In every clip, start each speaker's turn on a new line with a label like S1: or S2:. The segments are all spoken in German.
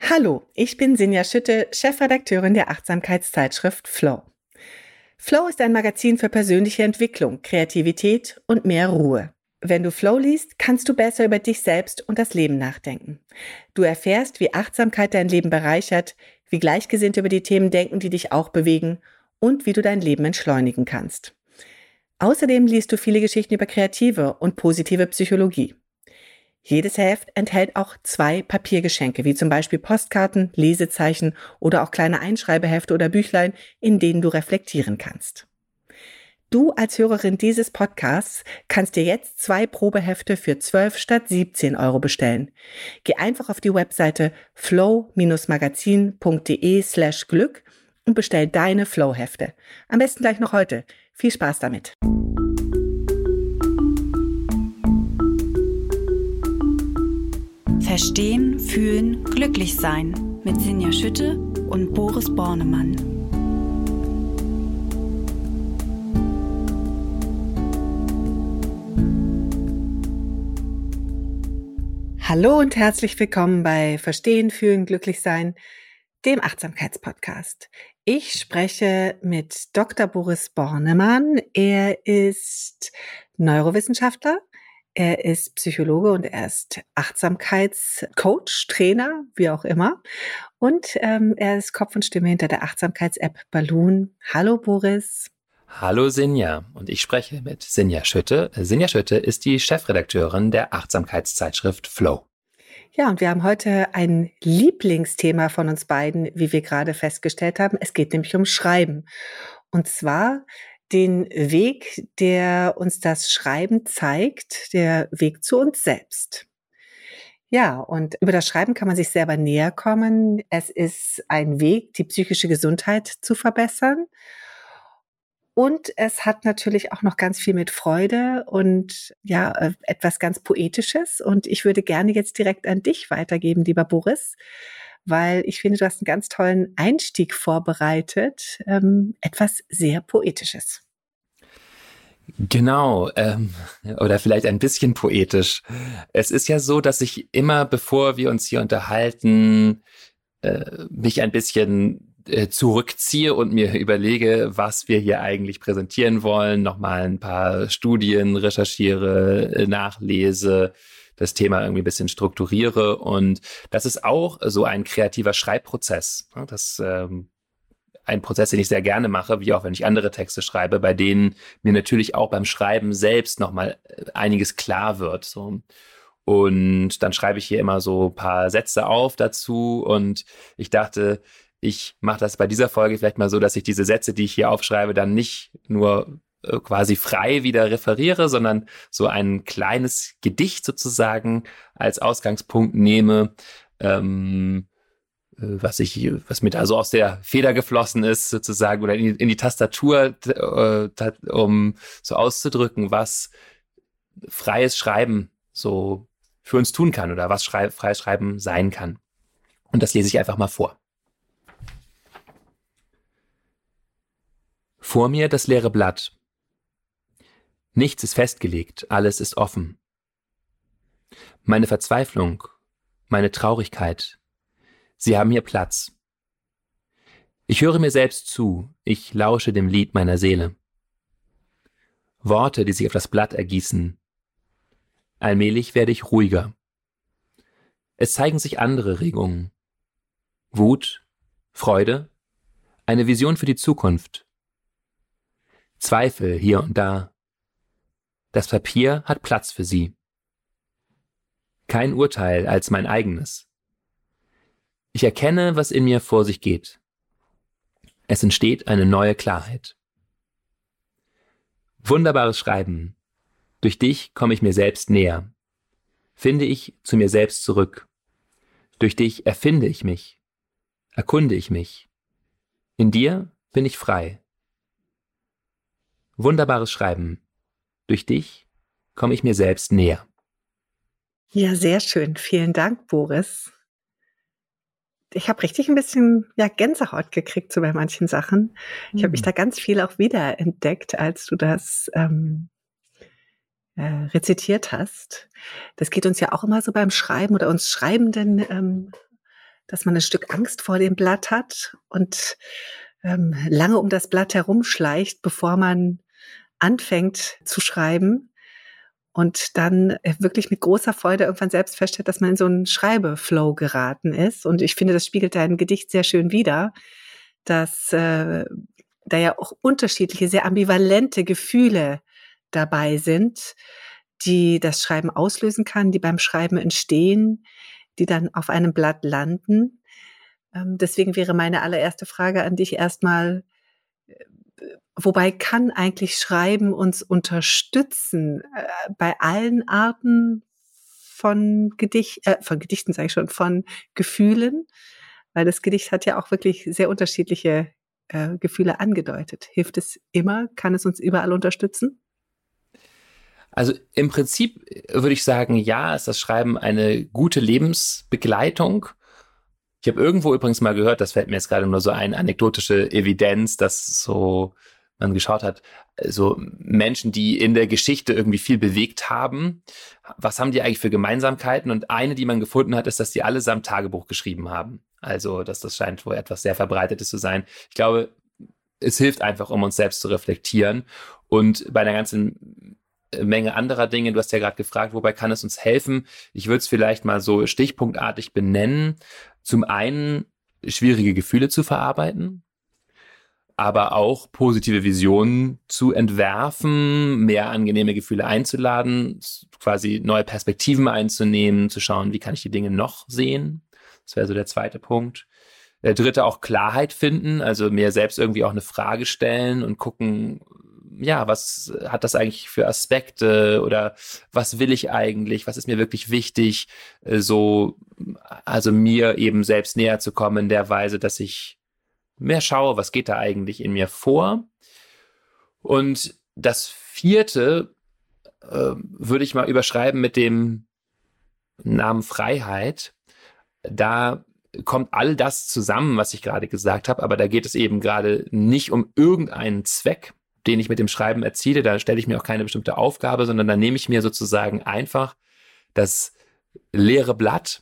S1: Hallo, ich bin Sinja Schütte, Chefredakteurin der Achtsamkeitszeitschrift Flow. Flow ist ein Magazin für persönliche Entwicklung, Kreativität und mehr Ruhe. Wenn du Flow liest, kannst du besser über dich selbst und das Leben nachdenken. Du erfährst, wie Achtsamkeit dein Leben bereichert, wie Gleichgesinnte über die Themen denken, die dich auch bewegen und wie du dein Leben entschleunigen kannst. Außerdem liest du viele Geschichten über kreative und positive Psychologie. Jedes Heft enthält auch 2 Papiergeschenke, wie zum Beispiel Postkarten, Lesezeichen oder auch kleine Einschreibehefte oder Büchlein, in denen du reflektieren kannst. Du als Hörerin dieses Podcasts kannst dir jetzt 2 Probehefte für 12 statt 17 € bestellen. Geh einfach auf die Webseite flow-magazin.de/Glück und bestell deine Flow-Hefte. Am besten gleich noch heute. Viel Spaß damit!
S2: Verstehen, fühlen, glücklich sein mit Sinja Schütte und Boris Bornemann.
S1: Hallo und herzlich willkommen bei Verstehen, fühlen, glücklich sein, dem Achtsamkeitspodcast. Ich spreche mit Dr. Boris Bornemann. Er ist Neurowissenschaftler. Er ist Psychologe und er ist Achtsamkeitscoach, Trainer, wie auch immer. Und er ist Kopf und Stimme hinter der Achtsamkeits-App Balloon. Hallo Boris.
S3: Hallo Sinja und ich spreche mit Sinja Schütte. Sinja Schütte ist die Chefredakteurin der Achtsamkeitszeitschrift Flow.
S1: Ja, und wir haben heute ein Lieblingsthema von uns beiden, wie wir gerade festgestellt haben. Es geht nämlich um Schreiben. Und zwar den Weg, der uns das Schreiben zeigt, der Weg zu uns selbst. Ja, und über das Schreiben kann man sich selber näher kommen. Es ist ein Weg, die psychische Gesundheit zu verbessern. Und es hat natürlich auch noch ganz viel mit Freude und ja, etwas ganz Poetisches. Und ich würde gerne jetzt direkt an dich weitergeben, lieber Boris, weil ich finde, du hast einen ganz tollen Einstieg vorbereitet, etwas sehr Poetisches.
S3: Genau, oder vielleicht ein bisschen poetisch. Es ist ja so, dass ich immer, bevor wir uns hier unterhalten, mich ein bisschen zurückziehe und mir überlege, was wir hier eigentlich präsentieren wollen, nochmal ein paar Studien recherchiere, nachlese, das Thema irgendwie ein bisschen strukturiere. Und das ist auch so ein kreativer Schreibprozess. Das ein Prozess, den ich sehr gerne mache, wie auch wenn ich andere Texte schreibe, bei denen mir natürlich auch beim Schreiben selbst nochmal einiges klar wird. So. Und dann schreibe ich hier immer so ein paar Sätze auf dazu und ich dachte, ich mache das bei dieser Folge vielleicht mal so, dass ich diese Sätze, die ich hier aufschreibe, dann nicht nur quasi frei wieder referiere, sondern so ein kleines Gedicht sozusagen als Ausgangspunkt nehme, was mir da so aus der Feder geflossen ist sozusagen oder in die Tastatur, um so auszudrücken, was freies Schreiben so für uns tun kann oder was freies Schreiben sein kann. Und das lese ich einfach mal vor. Vor mir das leere Blatt. Nichts ist festgelegt, alles ist offen. Meine Verzweiflung, meine Traurigkeit, sie haben hier Platz. Ich höre mir selbst zu, ich lausche dem Lied meiner Seele. Worte, die sich auf das Blatt ergießen. Allmählich werde ich ruhiger. Es zeigen sich andere Regungen. Wut, Freude, eine Vision für die Zukunft. Zweifel hier und da. Das Papier hat Platz für sie. Kein Urteil als mein eigenes. Ich erkenne, was in mir vor sich geht. Es entsteht eine neue Klarheit. Wunderbares Schreiben. Durch dich komme ich mir selbst näher. Finde ich zu mir selbst zurück. Durch dich erfinde ich mich. Erkunde ich mich. In dir bin ich frei. Wunderbares Schreiben. Durch dich komme ich mir selbst näher.
S1: Ja, sehr schön. Vielen Dank, Boris. Ich habe richtig ein bisschen Gänsehaut gekriegt so bei manchen Sachen. Ich habe mich da ganz viel auch wiederentdeckt, als du das rezitiert hast. Das geht uns ja auch immer so beim Schreiben oder uns Schreibenden dass man ein Stück Angst vor dem Blatt hat und lange um das Blatt herumschleicht, bevor man anfängt zu schreiben und dann wirklich mit großer Freude irgendwann selbst feststellt, dass man in so einen Schreibeflow geraten ist. Und ich finde, das spiegelt dein Gedicht sehr schön wider, dass da ja auch unterschiedliche, sehr ambivalente Gefühle dabei sind, die das Schreiben auslösen kann, die beim Schreiben entstehen, die dann auf einem Blatt landen. Deswegen wäre meine allererste Frage an dich erstmal, wobei kann eigentlich Schreiben uns unterstützen bei allen Arten von Gedichten, sage ich schon, von Gefühlen? Weil das Gedicht hat ja auch wirklich sehr unterschiedliche Gefühle angedeutet. Hilft es immer? Kann es uns überall unterstützen?
S3: Also im Prinzip würde ich sagen, ja, ist das Schreiben eine gute Lebensbegleitung. Ich habe irgendwo übrigens mal gehört, das fällt mir jetzt gerade nur so ein, anekdotische Evidenz, dass so man geschaut hat, so Menschen, die in der Geschichte irgendwie viel bewegt haben, was haben die eigentlich für Gemeinsamkeiten? Und eine, die man gefunden hat, ist, dass die allesamt Tagebuch geschrieben haben. Also, das scheint wohl etwas sehr Verbreitetes zu sein. Ich glaube, es hilft einfach, um uns selbst zu reflektieren. Und bei einer ganzen Menge anderer Dinge, du hast ja gerade gefragt, wobei kann es uns helfen? Ich würde es vielleicht mal so stichpunktartig benennen. Zum einen schwierige Gefühle zu verarbeiten, aber auch positive Visionen zu entwerfen, mehr angenehme Gefühle einzuladen, quasi neue Perspektiven einzunehmen, zu schauen, wie kann ich die Dinge noch sehen. Das wäre so der zweite Punkt. Der dritte, auch Klarheit finden, also mir selbst irgendwie auch eine Frage stellen und gucken, ja, was hat das eigentlich für Aspekte oder was will ich eigentlich, was ist mir wirklich wichtig, also mir eben selbst näher zu kommen in der Weise, dass ich mehr schaue, was geht da eigentlich in mir vor. Und das vierte würde ich mal überschreiben mit dem Namen Freiheit. Da kommt all das zusammen, was ich gerade gesagt habe, aber da geht es eben gerade nicht um irgendeinen Zweck, den ich mit dem Schreiben erziele. Da stelle ich mir auch keine bestimmte Aufgabe, sondern da nehme ich mir sozusagen einfach das leere Blatt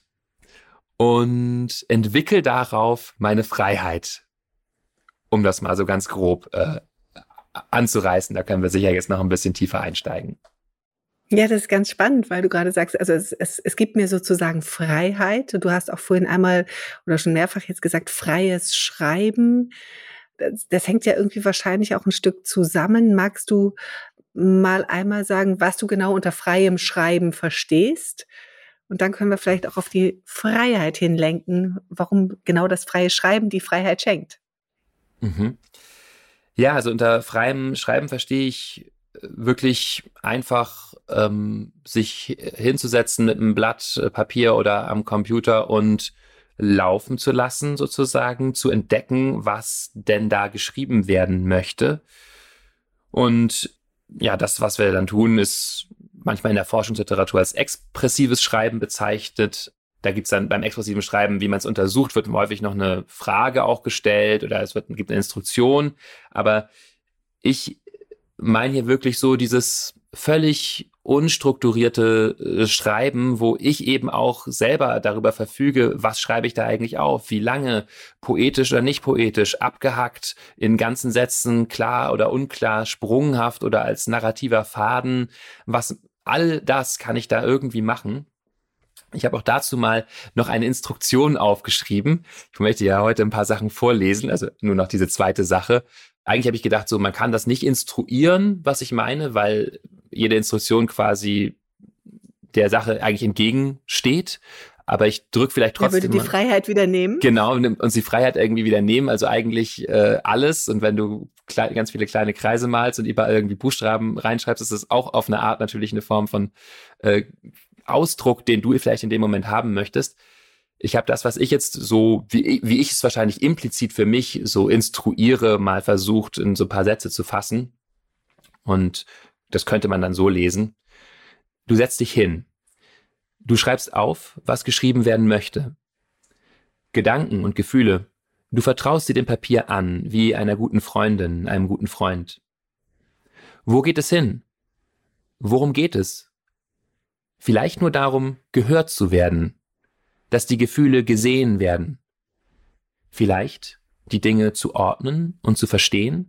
S3: und entwickle darauf meine Freiheit. Um das mal so ganz grob anzureißen. Da können wir sicher jetzt noch ein bisschen tiefer einsteigen.
S1: Ja, das ist ganz spannend, weil du gerade sagst, also es gibt mir sozusagen Freiheit. Du hast auch vorhin einmal oder schon mehrfach jetzt gesagt, freies Schreiben. Das hängt ja irgendwie wahrscheinlich auch ein Stück zusammen. Magst du mal einmal sagen, was du genau unter freiem Schreiben verstehst? Und dann können wir vielleicht auch auf die Freiheit hinlenken, warum genau das freie Schreiben die Freiheit schenkt.
S3: Mhm. Ja, also unter freiem Schreiben verstehe ich wirklich einfach sich hinzusetzen mit einem Blatt Papier oder am Computer und laufen zu lassen, sozusagen, zu entdecken, was denn da geschrieben werden möchte. Und ja, das, was wir dann tun, ist manchmal in der Forschungsliteratur als expressives Schreiben bezeichnet. Da gibt es dann beim expressiven Schreiben, wie man es untersucht, wird häufig noch eine Frage auch gestellt oder gibt eine Instruktion. Aber ich meine hier wirklich so dieses völlig unstrukturierte Schreiben, wo ich eben auch selber darüber verfüge, was schreibe ich da eigentlich auf, wie lange, poetisch oder nicht poetisch, abgehackt, in ganzen Sätzen, klar oder unklar, sprunghaft oder als narrativer Faden. All das kann ich da irgendwie machen. Ich habe auch dazu mal noch eine Instruktion aufgeschrieben. Ich möchte ja heute ein paar Sachen vorlesen, also nur noch diese zweite Sache. Eigentlich habe ich gedacht, so man kann das nicht instruieren, was ich meine, weil jede Instruktion quasi der Sache eigentlich entgegensteht. Aber ich drücke vielleicht trotzdem.
S1: Er würde die Freiheit wieder nehmen.
S3: Genau, und die Freiheit irgendwie wieder nehmen. Also eigentlich alles. Und wenn du ganz viele kleine Kreise malst und überall irgendwie Buchstaben reinschreibst, ist das auch auf eine Art natürlich eine Form von Ausdruck, den du vielleicht in dem Moment haben möchtest. Ich habe das, was ich jetzt so, wie ich es wahrscheinlich implizit für mich so instruiere, mal versucht, in so ein paar Sätze zu fassen. Und das könnte man dann so lesen. Du setzt dich hin. Du schreibst auf, was geschrieben werden möchte. Gedanken und Gefühle. Du vertraust dir dem Papier an, wie einer guten Freundin, einem guten Freund. Wo geht es hin? Worum geht es? Vielleicht nur darum, gehört zu werden. dass die Gefühle gesehen werden. Vielleicht die Dinge zu ordnen und zu verstehen.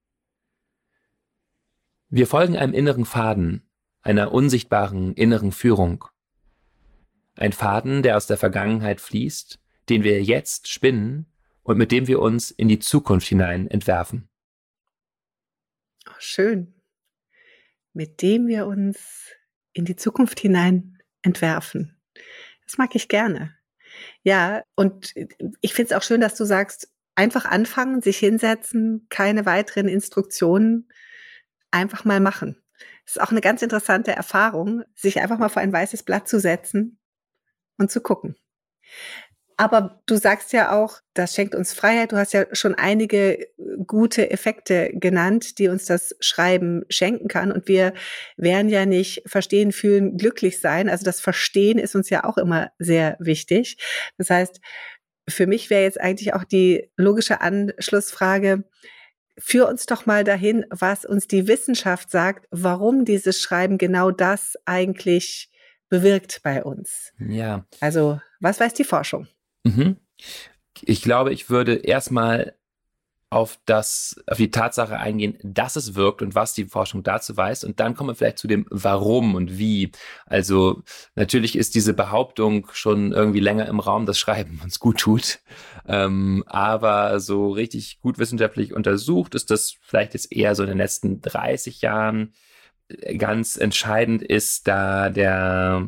S3: Wir folgen einem inneren Faden, einer unsichtbaren inneren Führung. Ein Faden, der aus der Vergangenheit fließt, den wir jetzt spinnen und mit dem wir uns in die Zukunft hinein entwerfen.
S1: Oh, schön. Mit dem wir uns in die Zukunft hinein entwerfen. Das mag ich gerne. Ja, und ich finde es auch schön, dass du sagst, einfach anfangen, sich hinsetzen, keine weiteren Instruktionen, einfach mal machen. Das ist auch eine ganz interessante Erfahrung, sich einfach mal vor ein weißes Blatt zu setzen und zu gucken. Aber du sagst ja auch, das schenkt uns Freiheit. Du hast ja schon einige gute Effekte genannt, die uns das Schreiben schenken kann. Und wir werden ja nicht verstehen, fühlen, glücklich sein. Also das Verstehen ist uns ja auch immer sehr wichtig. Das heißt, für mich wäre jetzt eigentlich auch die logische Anschlussfrage, führ uns doch mal dahin, was uns die Wissenschaft sagt, warum dieses Schreiben genau das eigentlich bewirkt bei uns.
S3: Ja.
S1: Also, was weiß die Forschung?
S3: Ich glaube, ich würde erstmal auf die Tatsache eingehen, dass es wirkt und was die Forschung dazu weiß. Und dann kommen wir vielleicht zu dem Warum und Wie. Also natürlich ist diese Behauptung schon irgendwie länger im Raum, dass Schreiben uns gut tut. Aber so richtig gut wissenschaftlich untersucht ist das vielleicht jetzt eher so in den letzten 30 Jahren. Ganz entscheidend ist da der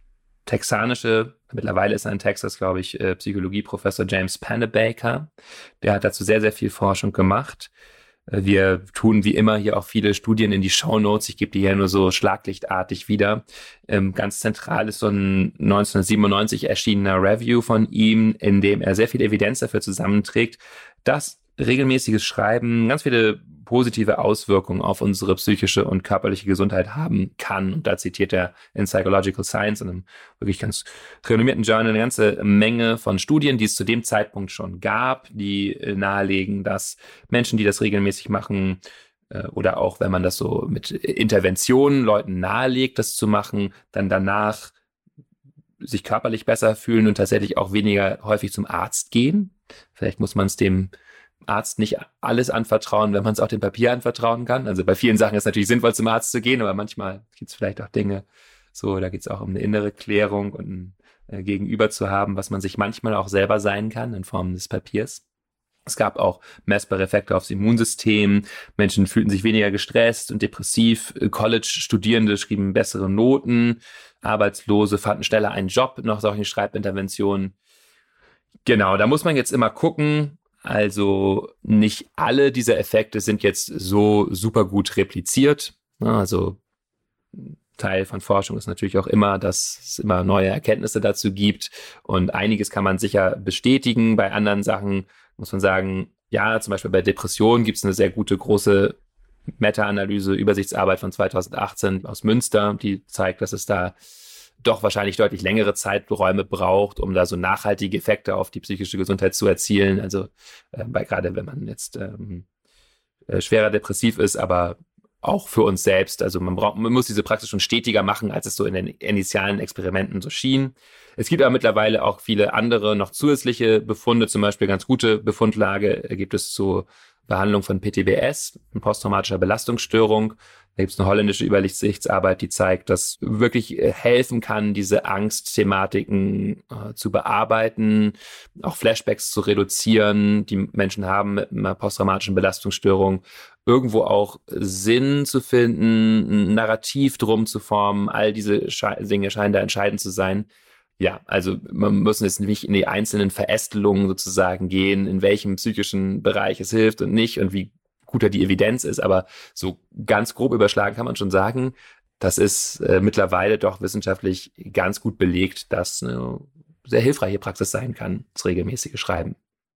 S3: mittlerweile ist er in Texas, glaube ich, Psychologieprofessor James Pennebaker. Der hat dazu sehr, sehr viel Forschung gemacht. Wir tun wie immer hier auch viele Studien in die Shownotes. Ich gebe die hier nur so schlaglichtartig wieder. Ganz zentral ist so ein 1997 erschienener Review von ihm, in dem er sehr viel Evidenz dafür zusammenträgt, dass regelmäßiges Schreiben ganz viele positive Auswirkungen auf unsere psychische und körperliche Gesundheit haben kann. Und da zitiert er in Psychological Science, in einem wirklich ganz renommierten Journal, eine ganze Menge von Studien, die es zu dem Zeitpunkt schon gab, die nahelegen, dass Menschen, die das regelmäßig machen, oder auch wenn man das so mit Interventionen Leuten nahelegt, das zu machen, dann danach sich körperlich besser fühlen und tatsächlich auch weniger häufig zum Arzt gehen. Vielleicht muss man es dem Arzt nicht alles anvertrauen, wenn man es auch dem Papier anvertrauen kann. Also bei vielen Sachen ist es natürlich sinnvoll, zum Arzt zu gehen, aber manchmal gibt es vielleicht auch Dinge, so, da geht es auch um eine innere Klärung und ein Gegenüber zu haben, was man sich manchmal auch selber sein kann in Form des Papiers. Es gab auch messbare Effekte aufs Immunsystem. Menschen fühlten sich weniger gestresst und depressiv. College-Studierende schrieben bessere Noten. Arbeitslose fanden schneller einen Job nach solchen Schreibinterventionen. Genau, da muss man jetzt immer gucken. Also nicht alle dieser Effekte sind jetzt so super gut repliziert. Also Teil von Forschung ist natürlich auch immer, dass es immer neue Erkenntnisse dazu gibt. Und einiges kann man sicher bestätigen. Bei anderen Sachen muss man sagen, ja, zum Beispiel bei Depressionen gibt es eine sehr gute, große Meta-Analyse, Übersichtsarbeit von 2018 aus Münster, die zeigt, dass es da doch wahrscheinlich deutlich längere Zeiträume braucht, um da so nachhaltige Effekte auf die psychische Gesundheit zu erzielen. Also gerade wenn man jetzt schwerer depressiv ist, aber auch für uns selbst. Also man muss diese Praxis schon stetiger machen, als es so in den initialen Experimenten so schien. Es gibt aber mittlerweile auch viele andere noch zusätzliche Befunde, zum Beispiel ganz gute Befundlage gibt es zur Behandlung von PTBS, posttraumatischer Belastungsstörung. Da gibt es eine holländische Übersichtsarbeit, die zeigt, dass wirklich helfen kann, diese Angstthematiken zu bearbeiten, auch Flashbacks zu reduzieren, die Menschen haben mit einer posttraumatischen Belastungsstörung, irgendwo auch Sinn zu finden, ein Narrativ drum zu formen. All diese Dinge scheinen da entscheidend zu sein. Ja, also man muss jetzt nicht in die einzelnen Verästelungen sozusagen gehen, in welchem psychischen Bereich es hilft und nicht und wie guter die Evidenz ist, aber so ganz grob überschlagen kann man schon sagen, das ist mittlerweile doch wissenschaftlich ganz gut belegt, dass eine sehr hilfreiche Praxis sein kann, das regelmäßige Schreiben.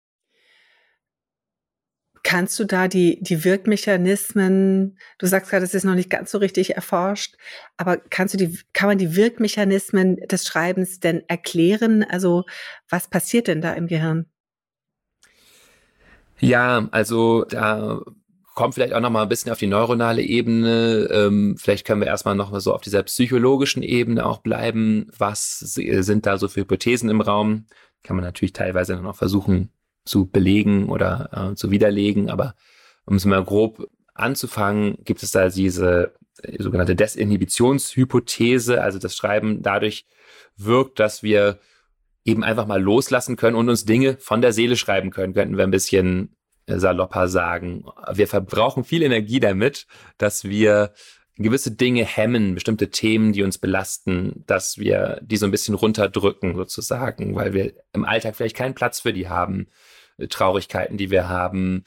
S1: Kannst du da die Wirkmechanismen, du sagst gerade, es ist noch nicht ganz so richtig erforscht, aber kann man die Wirkmechanismen des Schreibens denn erklären? Also was passiert denn da im Gehirn?
S3: Ja, also da kommen vielleicht auch noch mal ein bisschen auf die neuronale Ebene. Vielleicht können wir erstmal noch mal so auf dieser psychologischen Ebene auch bleiben. Was sind da so für Hypothesen im Raum? Kann man natürlich teilweise noch versuchen zu belegen oder zu widerlegen. Aber um es mal grob anzufangen, gibt es da diese sogenannte Desinhibitionshypothese. Also das Schreiben dadurch wirkt, dass wir eben einfach mal loslassen können und uns Dinge von der Seele schreiben können, könnten wir ein bisschen salopper sagen. Wir verbrauchen viel Energie damit, dass wir gewisse Dinge hemmen, bestimmte Themen, die uns belasten, dass wir die so ein bisschen runterdrücken sozusagen, weil wir im Alltag vielleicht keinen Platz für die haben, Traurigkeiten, die wir haben,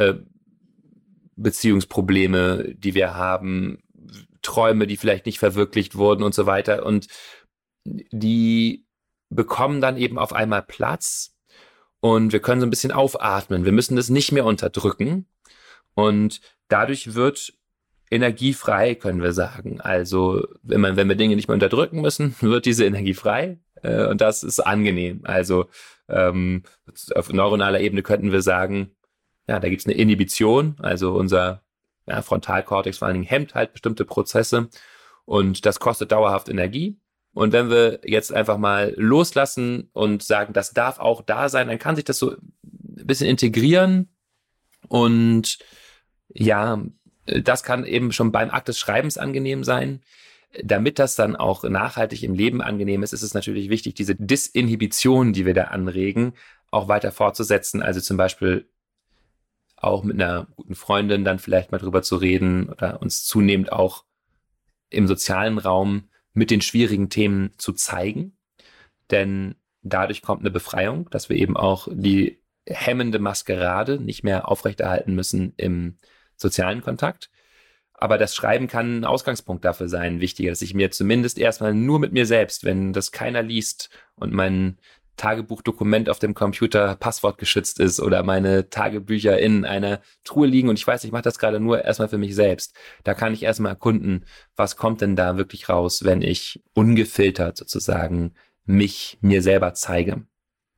S3: Beziehungsprobleme, die wir haben, Träume, die vielleicht nicht verwirklicht wurden und so weiter. Und die bekommen dann eben auf einmal Platz und wir können so ein bisschen aufatmen. Wir müssen das nicht mehr unterdrücken und dadurch wird Energie frei, können wir sagen. Also wenn wir Dinge nicht mehr unterdrücken müssen, wird diese Energie frei und das ist angenehm. Also auf neuronaler Ebene könnten wir sagen, ja, da gibt es eine Inhibition, also unser Frontalkortex vor allen Dingen hemmt halt bestimmte Prozesse und das kostet dauerhaft Energie. Und wenn wir jetzt einfach mal loslassen und sagen, das darf auch da sein, dann kann sich das so ein bisschen integrieren. Und ja, das kann eben schon beim Akt des Schreibens angenehm sein. Damit das dann auch nachhaltig im Leben angenehm ist, ist es natürlich wichtig, diese Disinhibition, die wir da anregen, auch weiter fortzusetzen. Also zum Beispiel auch mit einer guten Freundin dann vielleicht mal drüber zu reden oder uns zunehmend auch im sozialen Raum mit den schwierigen Themen zu zeigen, denn dadurch kommt eine Befreiung, dass wir eben auch die hemmende Maskerade nicht mehr aufrechterhalten müssen im sozialen Kontakt. Aber das Schreiben kann ein Ausgangspunkt dafür sein, wichtiger, dass ich mir zumindest erstmal nur mit mir selbst, wenn das keiner liest und mein Tagebuchdokument auf dem Computer passwortgeschützt ist oder meine Tagebücher in einer Truhe liegen und ich weiß, ich mache das gerade nur erstmal für mich selbst. Da kann ich erstmal erkunden, was kommt denn da wirklich raus, wenn ich ungefiltert sozusagen mir selber zeige.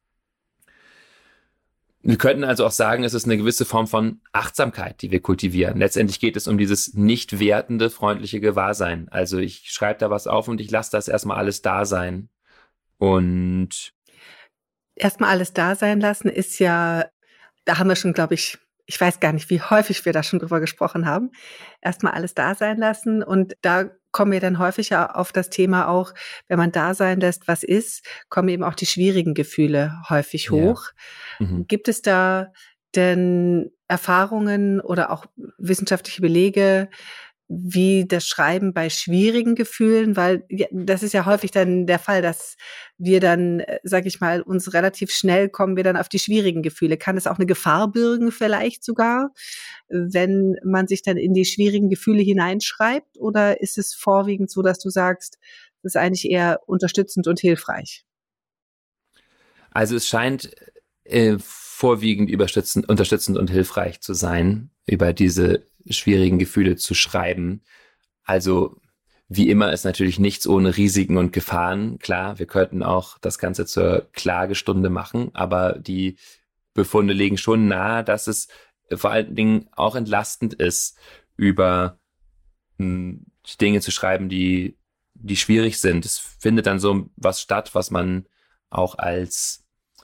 S3: Wir könnten also auch sagen, es ist eine gewisse Form von Achtsamkeit, die wir kultivieren. Letztendlich geht es um dieses nicht wertende, freundliche Gewahrsein. Also ich schreibe da was auf und ich lasse das erstmal alles da sein. Und
S1: erstmal alles da sein lassen ist ja, da haben wir schon, glaube ich weiß gar nicht, wie häufig wir da schon drüber gesprochen haben. Erstmal alles da sein lassen und da kommen wir dann häufiger auf das Thema auch, wenn man da sein lässt, was ist, kommen eben auch die schwierigen Gefühle häufig hoch. Ja. Gibt es da denn Erfahrungen oder auch wissenschaftliche Belege, wie das Schreiben bei schwierigen Gefühlen, weil das ist ja häufig dann der Fall, dass wir dann, sag ich mal, uns relativ schnell kommen wir dann auf die schwierigen Gefühle. Kann es auch eine Gefahr birgen vielleicht sogar, wenn man sich dann in die schwierigen Gefühle hineinschreibt? Oder ist es vorwiegend so, dass du sagst, das ist eigentlich eher unterstützend und hilfreich?
S3: Also es scheint vorwiegend unterstützend und hilfreich zu sein, über diese schwierigen Gefühle zu schreiben. Also wie immer ist natürlich nichts ohne Risiken und Gefahren. Klar, wir könnten auch das Ganze zur Klagestunde machen, aber die Befunde legen schon nahe, dass es vor allen Dingen auch entlastend ist, über Dinge zu schreiben, die schwierig sind. Es findet dann so was statt, was man auch als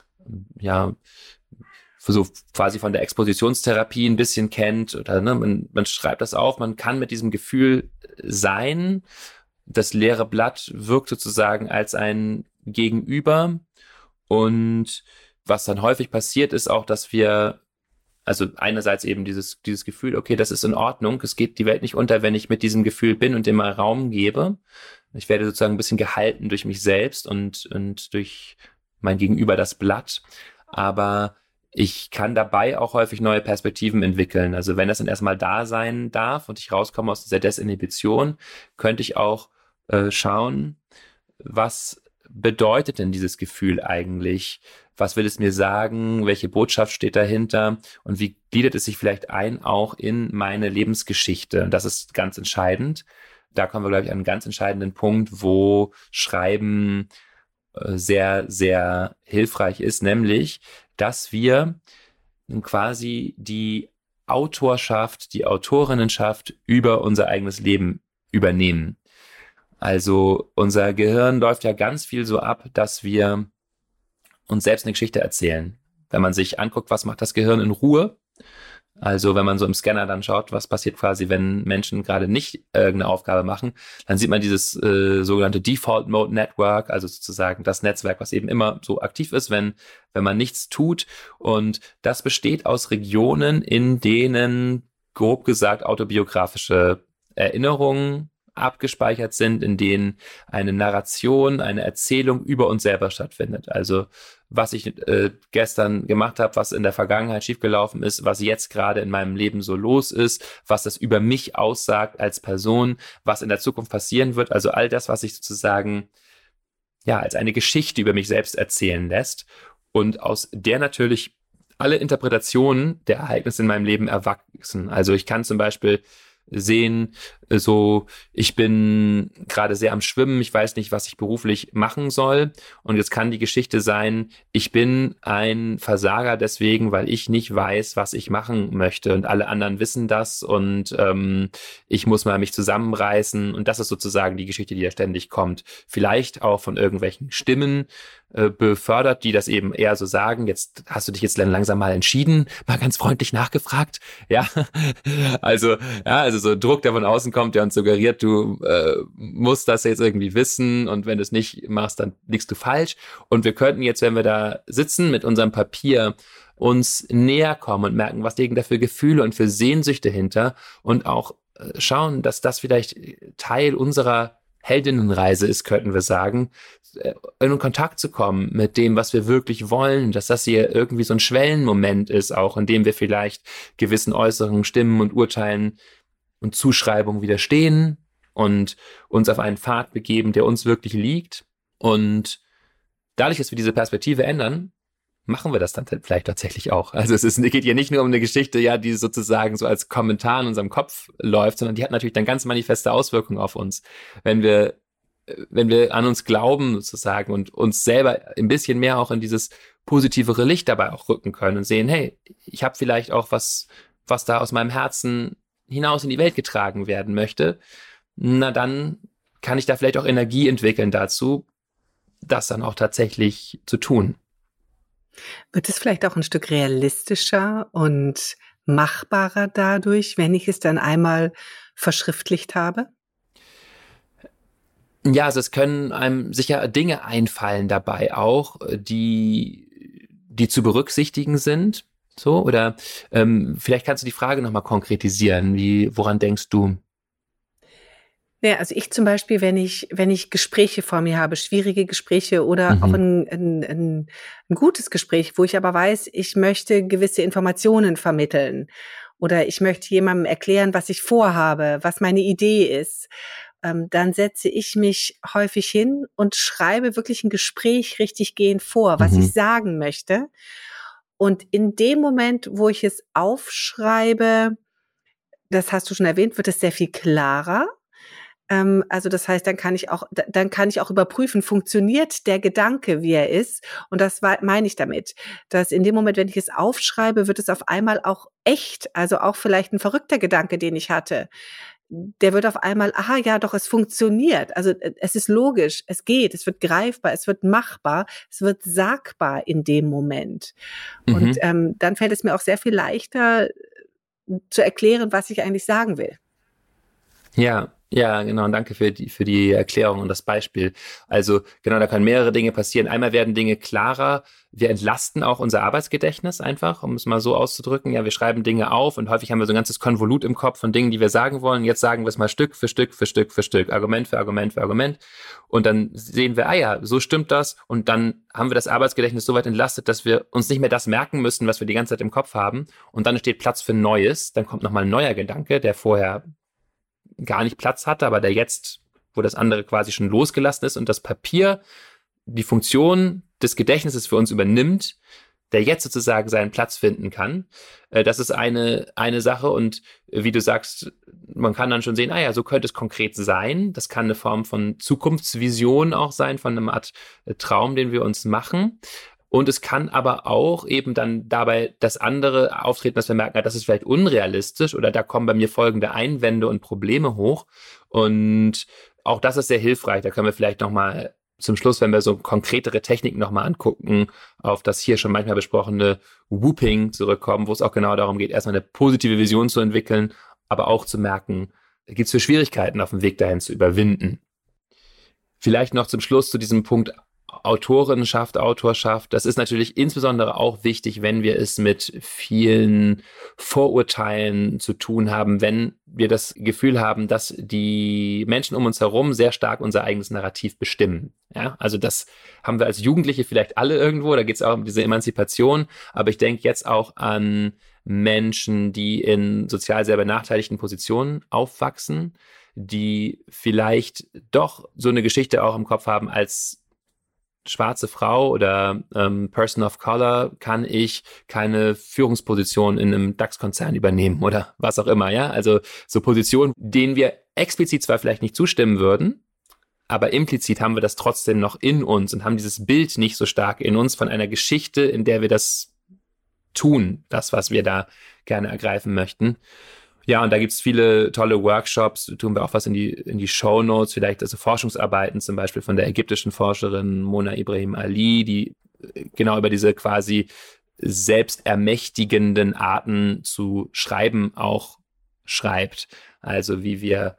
S3: so quasi von der Expositionstherapie ein bisschen kennt oder man schreibt das auf, man kann mit diesem Gefühl sein. Das leere Blatt wirkt sozusagen als ein Gegenüber und was dann häufig passiert ist auch, dass wir also einerseits eben dieses Gefühl, okay, das ist in Ordnung, es geht die Welt nicht unter, wenn ich mit diesem Gefühl bin und dem mal Raum gebe. Ich werde sozusagen ein bisschen gehalten durch mich selbst und durch mein Gegenüber, das Blatt, aber ich kann dabei auch häufig neue Perspektiven entwickeln. Also wenn das dann erstmal da sein darf und ich rauskomme aus dieser Desinhibition, könnte ich auch schauen, was bedeutet denn dieses Gefühl eigentlich? Was will es mir sagen? Welche Botschaft steht dahinter? Und wie gliedert es sich vielleicht ein auch in meine Lebensgeschichte? Und das ist ganz entscheidend. Da kommen wir, glaube ich, an einen ganz entscheidenden Punkt, wo Schreiben sehr, sehr hilfreich ist, nämlich, dass wir quasi die Autorschaft, die Autorinnenschaft über unser eigenes Leben übernehmen. Also unser Gehirn läuft ja ganz viel so ab, dass wir uns selbst eine Geschichte erzählen. Wenn man sich anguckt, was macht das Gehirn in Ruhe? Also wenn man so im Scanner dann schaut, was passiert quasi, wenn Menschen gerade nicht irgendeine Aufgabe machen, dann sieht man dieses sogenannte Default Mode Network, also sozusagen das Netzwerk, was eben immer so aktiv ist, wenn man nichts tut. Und das besteht aus Regionen, in denen, grob gesagt, autobiografische Erinnerungen abgespeichert sind, in denen eine Narration, eine Erzählung über uns selber stattfindet. Also was ich gestern gemacht habe, was in der Vergangenheit schiefgelaufen ist, was jetzt gerade in meinem Leben so los ist, was das über mich aussagt als Person, was in der Zukunft passieren wird. Also all das, was sich sozusagen ja als eine Geschichte über mich selbst erzählen lässt und aus der natürlich alle Interpretationen der Ereignisse in meinem Leben erwachsen. Also ich kann zum Beispiel sehen, so, ich bin gerade sehr am Schwimmen, ich weiß nicht, was ich beruflich machen soll und jetzt kann die Geschichte sein, ich bin ein Versager deswegen, weil ich nicht weiß, was ich machen möchte und alle anderen wissen das und ich muss mal mich zusammenreißen und das ist sozusagen die Geschichte, die da ständig kommt. Vielleicht auch von irgendwelchen Stimmen befördert, die das eben eher so sagen, jetzt hast du dich jetzt langsam mal entschieden, mal ganz freundlich nachgefragt, ja, also so Druck, der von außen kommt, der uns suggeriert, du musst das jetzt irgendwie wissen und wenn du es nicht machst, dann liegst du falsch und wir könnten jetzt, wenn wir da sitzen mit unserem Papier, uns näher kommen und merken, was liegen da für Gefühle und für Sehnsüchte hinter und auch schauen, dass das vielleicht Teil unserer Heldinnenreise ist, könnten wir sagen, in Kontakt zu kommen mit dem, was wir wirklich wollen, dass das hier irgendwie so ein Schwellenmoment ist, auch in dem wir vielleicht gewissen äußeren Stimmen und Urteilen und Zuschreibungen widerstehen und uns auf einen Pfad begeben, der uns wirklich liegt. Und dadurch, dass wir diese Perspektive ändern, machen wir das dann vielleicht tatsächlich auch. Also es geht hier nicht nur um eine Geschichte, ja, die sozusagen so als Kommentar in unserem Kopf läuft, sondern die hat natürlich dann ganz manifeste Auswirkungen auf uns. Wenn wir an uns glauben sozusagen und uns selber ein bisschen mehr auch in dieses positivere Licht dabei auch rücken können und sehen, hey, ich habe vielleicht auch was da aus meinem Herzen hinaus in die Welt getragen werden möchte, na dann kann ich da vielleicht auch Energie entwickeln dazu, das dann auch tatsächlich zu tun.
S1: Wird es vielleicht auch ein Stück realistischer und machbarer dadurch, wenn ich es dann einmal verschriftlicht habe?
S3: Ja, also es können einem sicher Dinge einfallen dabei auch, die zu berücksichtigen sind. So, oder vielleicht kannst du die Frage nochmal konkretisieren. Woran denkst du?
S1: Ja, also ich zum Beispiel, wenn ich Gespräche vor mir habe, schwierige Gespräche oder auch ein gutes Gespräch, wo ich aber weiß, ich möchte gewisse Informationen vermitteln oder ich möchte jemandem erklären, was ich vorhabe, was meine Idee ist, dann setze ich mich häufig hin und schreibe wirklich ein Gespräch richtig gehend vor, was ich sagen möchte. Und in dem Moment, wo ich es aufschreibe, das hast du schon erwähnt, wird es sehr viel klarer. Also das heißt, dann kann ich auch überprüfen, funktioniert der Gedanke, wie er ist. Und das meine ich damit, dass in dem Moment, wenn ich es aufschreibe, wird es auf einmal auch echt, also auch vielleicht ein verrückter Gedanke, den ich hatte. Der wird auf einmal, aha, ja, doch, es funktioniert. Also es ist logisch, es geht, es wird greifbar, es wird machbar, es wird sagbar in dem Moment. Und dann fällt es mir auch sehr viel leichter zu erklären, was ich eigentlich sagen will.
S3: Ja, genau. Danke für die Erklärung und das Beispiel. Also genau, da können mehrere Dinge passieren. Einmal werden Dinge klarer. Wir entlasten auch unser Arbeitsgedächtnis einfach, um es mal so auszudrücken. Ja, wir schreiben Dinge auf und häufig haben wir so ein ganzes Konvolut im Kopf von Dingen, die wir sagen wollen. Jetzt sagen wir es mal Stück für Stück für Stück für Stück, Argument für Argument für Argument. Und dann sehen wir, ja, so stimmt das. Und dann haben wir das Arbeitsgedächtnis so weit entlastet, dass wir uns nicht mehr das merken müssen, was wir die ganze Zeit im Kopf haben. Und dann entsteht Platz für Neues. Dann kommt nochmal ein neuer Gedanke, der vorher gar nicht Platz hatte, aber der jetzt, wo das andere quasi schon losgelassen ist und das Papier die Funktion des Gedächtnisses für uns übernimmt, der jetzt sozusagen seinen Platz finden kann. Das ist eine Sache und wie du sagst, man kann dann schon sehen, so könnte es konkret sein. Das kann eine Form von Zukunftsvision auch sein, von einer Art Traum, den wir uns machen. Und es kann aber auch eben dann dabei das andere auftreten, dass wir merken, das ist vielleicht unrealistisch oder da kommen bei mir folgende Einwände und Probleme hoch. Und auch das ist sehr hilfreich. Da können wir vielleicht nochmal zum Schluss, wenn wir so konkretere Techniken nochmal angucken, auf das hier schon manchmal besprochene Whooping zurückkommen, wo es auch genau darum geht, erstmal eine positive Vision zu entwickeln, aber auch zu merken, gibt es für Schwierigkeiten auf dem Weg dahin zu überwinden. Vielleicht noch zum Schluss zu diesem Punkt Autorenschaft, Autorschaft. Das ist natürlich insbesondere auch wichtig, wenn wir es mit vielen Vorurteilen zu tun haben, wenn wir das Gefühl haben, dass die Menschen um uns herum sehr stark unser eigenes Narrativ bestimmen. Ja, also das haben wir als Jugendliche vielleicht alle irgendwo, da geht es auch um diese Emanzipation, aber ich denke jetzt auch an Menschen, die in sozial sehr benachteiligten Positionen aufwachsen, die vielleicht doch so eine Geschichte auch im Kopf haben, als schwarze Frau oder Person of Color kann ich keine Führungsposition in einem DAX-Konzern übernehmen oder was auch immer, ja. Also so Positionen, denen wir explizit zwar vielleicht nicht zustimmen würden, aber implizit haben wir das trotzdem noch in uns und haben dieses Bild nicht so stark in uns von einer Geschichte, in der wir das tun, das, was wir da gerne ergreifen möchten. Ja, und da gibt's viele tolle Workshops, tun wir auch was in die Shownotes, vielleicht also Forschungsarbeiten zum Beispiel von der ägyptischen Forscherin Mona Ibrahim Ali, die genau über diese quasi selbstermächtigenden Arten zu schreiben auch schreibt. Also wie wir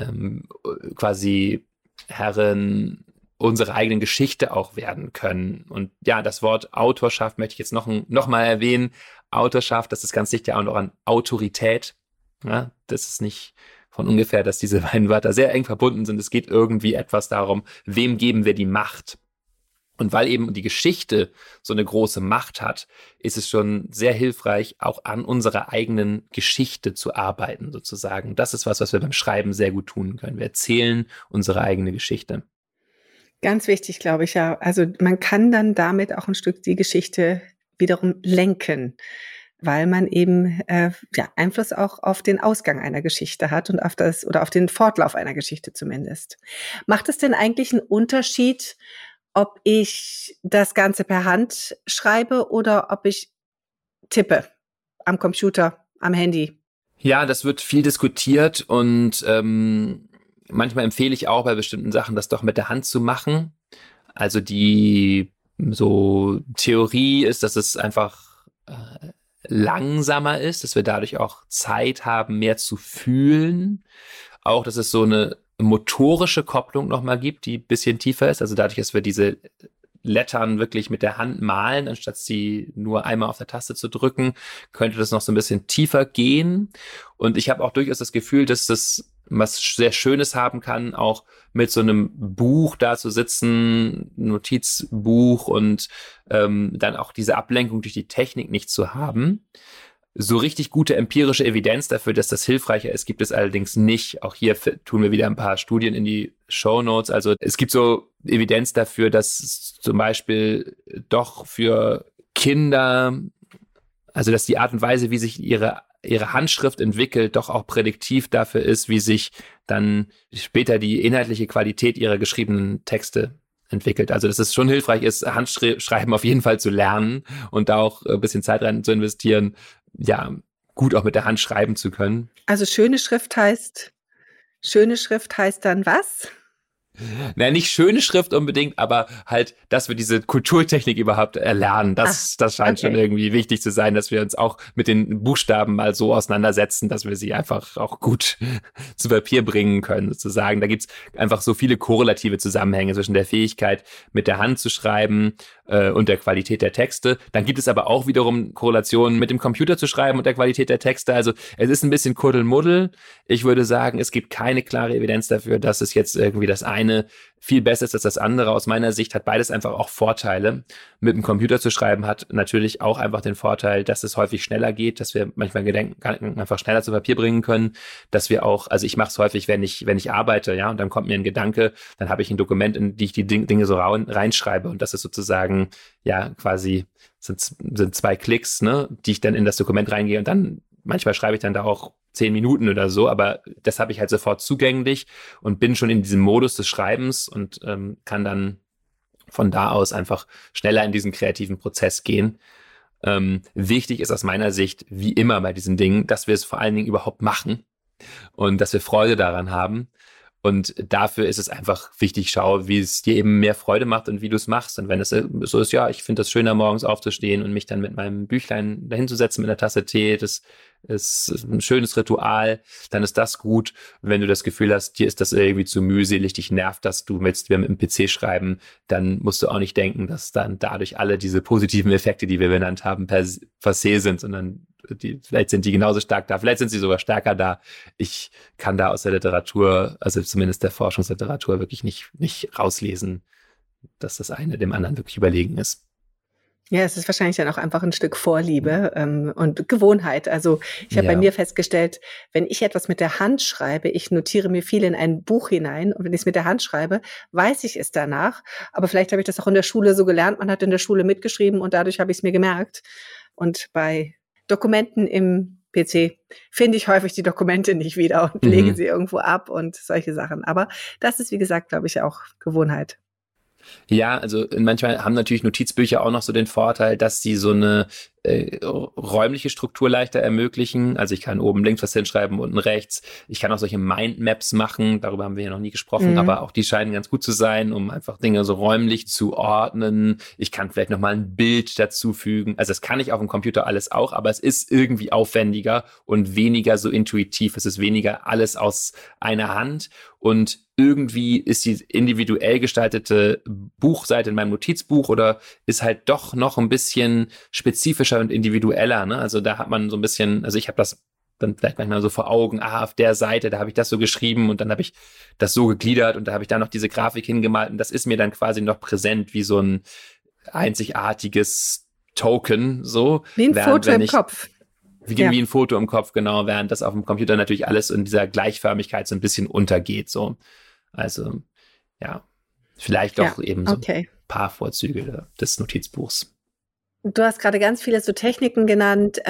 S3: quasi Herren unserer eigenen Geschichte auch werden können. Und ja, das Wort Autorschaft möchte ich jetzt noch mal erwähnen. Autorschaft, das ist ganz dicht ja auch noch an Autorität. Ja, das ist nicht von ungefähr, dass diese beiden Wörter sehr eng verbunden sind. Es geht irgendwie etwas darum, wem geben wir die Macht? Und weil eben die Geschichte so eine große Macht hat, ist es schon sehr hilfreich, auch an unserer eigenen Geschichte zu arbeiten, sozusagen. Das ist was wir beim Schreiben sehr gut tun können. Wir erzählen unsere eigene Geschichte.
S1: Ganz wichtig, glaube ich, ja. Also man kann dann damit auch ein Stück die Geschichte wiederum lenken, weil man eben Einfluss auch auf den Ausgang einer Geschichte hat und auf den Fortlauf einer Geschichte zumindest. Macht es denn eigentlich einen Unterschied, ob ich das Ganze per Hand schreibe oder ob ich tippe am Computer, am Handy?
S3: Ja, das wird viel diskutiert und manchmal empfehle ich auch bei bestimmten Sachen, das doch mit der Hand zu machen. Also die so Theorie ist, dass es einfach langsamer ist, dass wir dadurch auch Zeit haben, mehr zu fühlen. Auch, dass es so eine motorische Kopplung nochmal gibt, die ein bisschen tiefer ist. Also dadurch, dass wir diese Lettern wirklich mit der Hand malen, anstatt sie nur einmal auf der Taste zu drücken, könnte das noch so ein bisschen tiefer gehen. Und ich habe auch durchaus das Gefühl, dass das was sehr Schönes haben kann, auch mit so einem Buch da zu sitzen, Notizbuch und dann auch diese Ablenkung durch die Technik nicht zu haben. So richtig gute empirische Evidenz dafür, dass das hilfreicher ist, gibt es allerdings nicht. Auch hier tun wir wieder ein paar Studien in die Shownotes. Also es gibt so Evidenz dafür, dass zum Beispiel doch für Kinder, also dass die Art und Weise, wie sich ihre Handschrift entwickelt, doch auch prädiktiv dafür ist, wie sich dann später die inhaltliche Qualität ihrer geschriebenen Texte entwickelt. Also dass es schon hilfreich ist, Handschreiben auf jeden Fall zu lernen und da auch ein bisschen Zeit rein zu investieren, ja, gut auch mit der Hand schreiben zu können.
S1: Also schöne Schrift heißt dann was?
S3: Naja, nicht schöne Schrift unbedingt, aber halt, dass wir diese Kulturtechnik überhaupt erlernen. Das scheint schon irgendwie wichtig zu sein, dass wir uns auch mit den Buchstaben mal so auseinandersetzen, dass wir sie einfach auch gut zu Papier bringen können, sozusagen. Da gibt's einfach so viele korrelative Zusammenhänge zwischen der Fähigkeit, mit der Hand zu schreiben und der Qualität der Texte. Dann gibt es aber auch wiederum Korrelationen mit dem Computer zu schreiben und der Qualität der Texte. Also es ist ein bisschen Kuddelmuddel. Ich würde sagen, es gibt keine klare Evidenz dafür, dass es jetzt irgendwie das eine viel besser ist als das andere. Aus meiner Sicht hat beides einfach auch Vorteile. Mit dem Computer zu schreiben hat natürlich auch einfach den Vorteil, dass es häufig schneller geht, dass wir manchmal Gedanken einfach schneller zu Papier bringen können, dass wir auch, also ich mache es häufig, wenn ich arbeite, ja, und dann kommt mir ein Gedanke, dann habe ich ein Dokument, in die ich die Dinge so reinschreibe und das ist sozusagen, ja, quasi sind 2 Klicks, ne, die ich dann in das Dokument reingehe und dann manchmal schreibe ich dann da auch 10 Minuten oder so, aber das habe ich halt sofort zugänglich und bin schon in diesem Modus des Schreibens und kann dann von da aus einfach schneller in diesen kreativen Prozess gehen. Wichtig ist aus meiner Sicht, wie immer bei diesen Dingen, dass wir es vor allen Dingen überhaupt machen und dass wir Freude daran haben. Und dafür ist es einfach wichtig, schau, wie es dir eben mehr Freude macht und wie du es machst. Und wenn es so ist, ja, ich finde das schöner, morgens aufzustehen und mich dann mit meinem Büchlein dahinzusetzen mit einer Tasse Tee, das ist ein schönes Ritual, dann ist das gut. Und wenn du das Gefühl hast, dir ist das irgendwie zu mühselig, dich nervt, dass wir mit dem PC schreiben, dann musst du auch nicht denken, dass dann dadurch alle diese positiven Effekte, die wir benannt haben, passé sind, sondern vielleicht sind die genauso stark da, vielleicht sind sie sogar stärker da. Ich kann da aus der Literatur, also zumindest der Forschungsliteratur, wirklich nicht rauslesen, dass das eine dem anderen wirklich überlegen ist.
S1: Ja, es ist wahrscheinlich dann auch einfach ein Stück Vorliebe und Gewohnheit. Also ich habe bei mir festgestellt, wenn ich etwas mit der Hand schreibe, ich notiere mir viel in ein Buch hinein und wenn ich es mit der Hand schreibe, weiß ich es danach. Aber vielleicht habe ich das auch in der Schule so gelernt, man hat in der Schule mitgeschrieben und dadurch habe ich es mir gemerkt. Und bei Dokumenten im PC finde ich häufig die Dokumente nicht wieder und lege sie irgendwo ab und solche Sachen. Aber das ist, wie gesagt, glaube ich, auch Gewohnheit.
S3: Ja, also manchmal haben natürlich Notizbücher auch noch so den Vorteil, dass sie so eine räumliche Struktur leichter ermöglichen. Also ich kann oben links was hinschreiben, unten rechts. Ich kann auch solche Mindmaps machen, darüber haben wir ja noch nie gesprochen, aber auch die scheinen ganz gut zu sein, um einfach Dinge so räumlich zu ordnen. Ich kann vielleicht nochmal ein Bild dazufügen. Also das kann ich auf dem Computer alles auch, aber es ist irgendwie aufwendiger und weniger so intuitiv. Es ist weniger alles aus einer Hand und irgendwie ist die individuell gestaltete Buchseite in meinem Notizbuch oder ist halt doch noch ein bisschen spezifischer und individueller, ne? Also da hat man so ein bisschen, also ich habe das dann vielleicht manchmal so vor Augen, auf der Seite, da habe ich das so geschrieben und dann habe ich das so gegliedert und da habe ich da noch diese Grafik hingemalt und das ist mir dann quasi noch präsent wie so ein einzigartiges Token, so.
S1: Wie ein Foto im Kopf.
S3: Wie ein Foto im Kopf, genau, während das auf dem Computer natürlich alles in dieser Gleichförmigkeit so ein bisschen untergeht, so. Also, ja, vielleicht doch eben so ein paar Vorzüge des Notizbuchs.
S1: Du hast gerade ganz viele so Techniken genannt,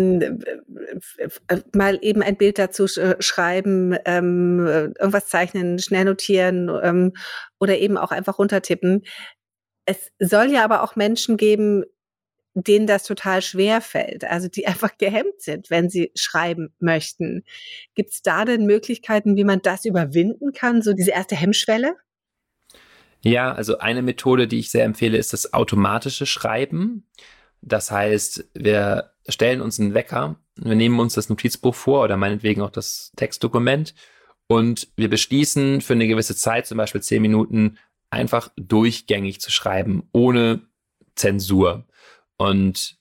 S1: mal eben ein Bild dazu schreiben, irgendwas zeichnen, schnell notieren oder eben auch einfach runtertippen. Es soll ja aber auch Menschen geben, denen das total schwer fällt, also die einfach gehemmt sind, wenn sie schreiben möchten. Gibt es da denn Möglichkeiten, wie man das überwinden kann, so diese erste Hemmschwelle?
S3: Ja, also eine Methode, die ich sehr empfehle, ist das automatische Schreiben. Das heißt, wir stellen uns einen Wecker, wir nehmen uns das Notizbuch vor oder meinetwegen auch das Textdokument und wir beschließen für eine gewisse Zeit, zum Beispiel 10 Minuten, einfach durchgängig zu schreiben, ohne Zensur. Und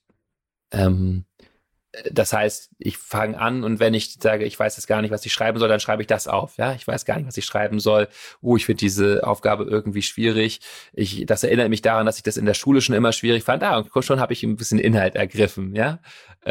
S3: das heißt, ich fange an und wenn ich sage, ich weiß jetzt gar nicht, was ich schreiben soll, dann schreibe ich das auf. Ja, ich weiß gar nicht, was ich schreiben soll. Ich finde diese Aufgabe irgendwie schwierig. Das erinnert mich daran, dass ich das in der Schule schon immer schwierig fand. Und schon habe ich ein bisschen Inhalt ergriffen. Ja,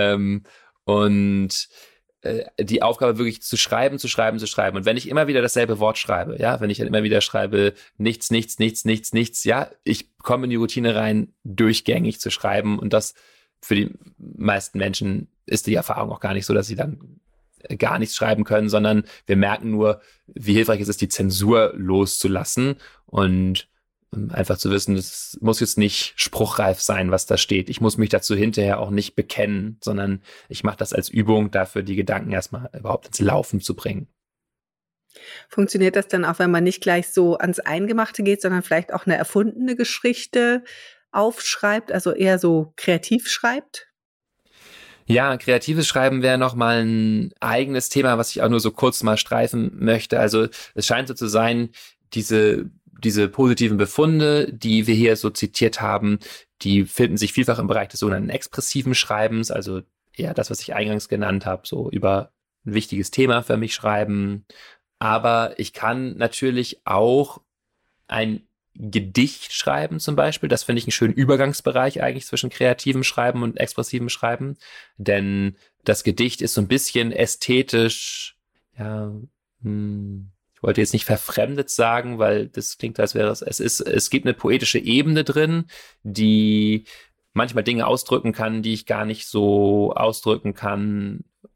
S3: und die Aufgabe wirklich zu schreiben. Und wenn ich immer wieder dasselbe Wort schreibe, ja, wenn ich dann immer wieder schreibe, nichts, ja, ich komme in die Routine rein, durchgängig zu schreiben und das für die meisten Menschen ist die Erfahrung auch gar nicht so, dass sie dann gar nichts schreiben können, sondern wir merken nur, wie hilfreich es ist, die Zensur loszulassen und einfach zu wissen, es muss jetzt nicht spruchreif sein, was da steht. Ich muss mich dazu hinterher auch nicht bekennen, sondern ich mache das als Übung dafür, die Gedanken erstmal überhaupt ins Laufen zu bringen.
S1: Funktioniert das dann auch, wenn man nicht gleich so ans Eingemachte geht, sondern vielleicht auch eine erfundene Geschichte aufschreibt, also eher so kreativ schreibt?
S3: Ja, kreatives Schreiben wäre nochmal ein eigenes Thema, was ich auch nur so kurz mal streifen möchte. Also es scheint so zu sein, diese positiven Befunde, die wir hier so zitiert haben, die finden sich vielfach im Bereich des sogenannten expressiven Schreibens, also eher das, was ich eingangs genannt habe, so über ein wichtiges Thema für mich schreiben. Aber ich kann natürlich auch ein Gedicht schreiben zum Beispiel. Das finde ich einen schönen Übergangsbereich eigentlich zwischen kreativem Schreiben und expressivem Schreiben. Denn das Gedicht ist so ein bisschen ästhetisch, ja, ich wollte jetzt nicht verfremdet sagen, weil das klingt, als wäre es gibt eine poetische Ebene drin, die manchmal Dinge ausdrücken kann, die ich gar nicht so ausdrücken kann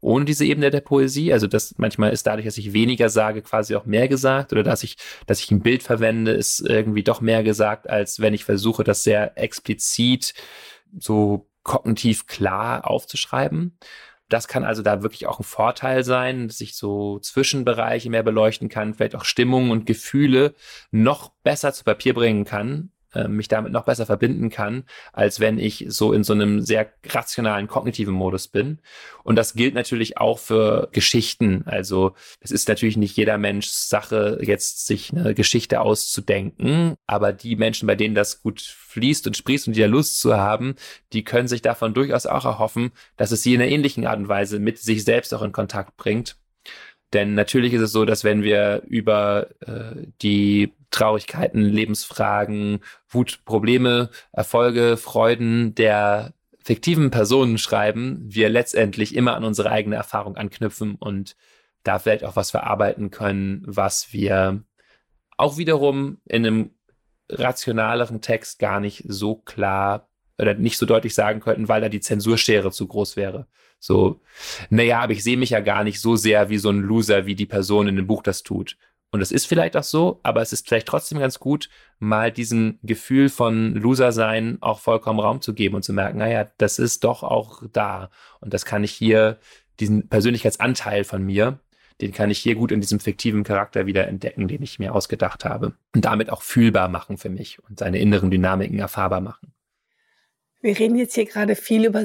S3: ohne diese Ebene der Poesie. Also das manchmal ist dadurch, dass ich weniger sage, quasi auch mehr gesagt, oder dass ich ein Bild verwende, ist irgendwie doch mehr gesagt, als wenn ich versuche, das sehr explizit so kognitiv klar aufzuschreiben. Das kann also da wirklich auch ein Vorteil sein, dass ich so Zwischenbereiche mehr beleuchten kann, vielleicht auch Stimmungen und Gefühle noch besser zu Papier bringen kann, mich damit noch besser verbinden kann, als wenn ich so in so einem sehr rationalen, kognitiven Modus bin. Und das gilt natürlich auch für Geschichten. Also es ist natürlich nicht jeder Menschs Sache, jetzt sich eine Geschichte auszudenken, aber die Menschen, bei denen das gut fließt und sprießt und die da Lust zu haben, die können sich davon durchaus auch erhoffen, dass es sie in einer ähnlichen Art und Weise mit sich selbst auch in Kontakt bringt. Denn natürlich ist es so, dass wenn wir über die Traurigkeiten, Lebensfragen, Wut, Probleme, Erfolge, Freuden der fiktiven Personen schreiben, wir letztendlich immer an unsere eigene Erfahrung anknüpfen und da vielleicht auch was verarbeiten können, was wir auch wiederum in einem rationaleren Text gar nicht so klar oder nicht so deutlich sagen könnten, weil da die Zensurschere zu groß wäre. So, naja, aber ich sehe mich ja gar nicht so sehr wie so ein Loser, wie die Person in dem Buch das tut. Und das ist vielleicht auch so, aber es ist vielleicht trotzdem ganz gut, mal diesem Gefühl von Loser-Sein auch vollkommen Raum zu geben und zu merken, naja, das ist doch auch da. Und das kann ich hier, diesen Persönlichkeitsanteil von mir, den kann ich hier gut in diesem fiktiven Charakter wieder entdecken, den ich mir ausgedacht habe. Und damit auch fühlbar machen für mich und seine inneren Dynamiken erfahrbar machen.
S1: Wir reden jetzt hier gerade viel über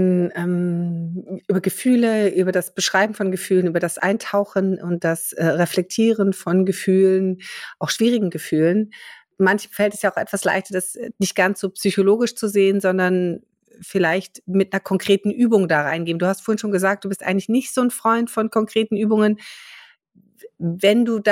S1: über Gefühle, über das Beschreiben von Gefühlen, über das Eintauchen und das Reflektieren von Gefühlen, auch schwierigen Gefühlen. Manchen fällt es ja auch etwas leichter, das nicht ganz so psychologisch zu sehen, sondern vielleicht mit einer konkreten Übung da reingehen. Du hast vorhin schon gesagt, du bist eigentlich nicht so ein Freund von konkreten Übungen. Wenn du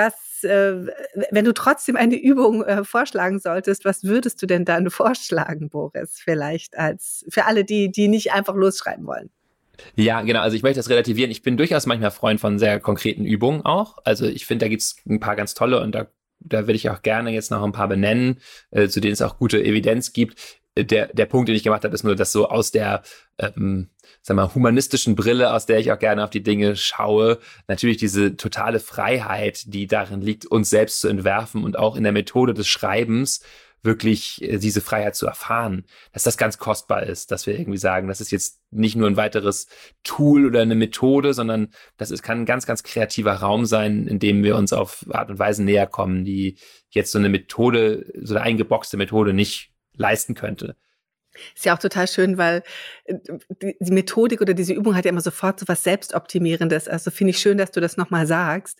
S1: trotzdem eine Übung vorschlagen solltest, was würdest du denn dann vorschlagen, Boris? Vielleicht für alle, die nicht einfach losschreiben wollen.
S3: Ja, genau. Also ich möchte das relativieren. Ich bin durchaus manchmal Freund von sehr konkreten Übungen auch. Also ich finde, da gibt es ein paar ganz tolle und da will ich auch gerne jetzt noch ein paar benennen, zu denen es auch gute Evidenz gibt. Der Punkt, den ich gemacht habe, ist nur, dass so aus der humanistischen Brille, aus der ich auch gerne auf die Dinge schaue, natürlich diese totale Freiheit, die darin liegt, uns selbst zu entwerfen und auch in der Methode des Schreibens wirklich diese Freiheit zu erfahren, dass das ganz kostbar ist, dass wir irgendwie sagen, das ist jetzt nicht nur ein weiteres Tool oder eine Methode, sondern kann ein ganz, ganz kreativer Raum sein, in dem wir uns auf Art und Weise näher kommen, die jetzt so eine Methode, so eine eingeboxte Methode nicht leisten könnte.
S1: Ist ja auch total schön, weil die Methodik oder diese Übung hat ja immer sofort so was Selbstoptimierendes. Also finde ich schön, dass du das nochmal sagst,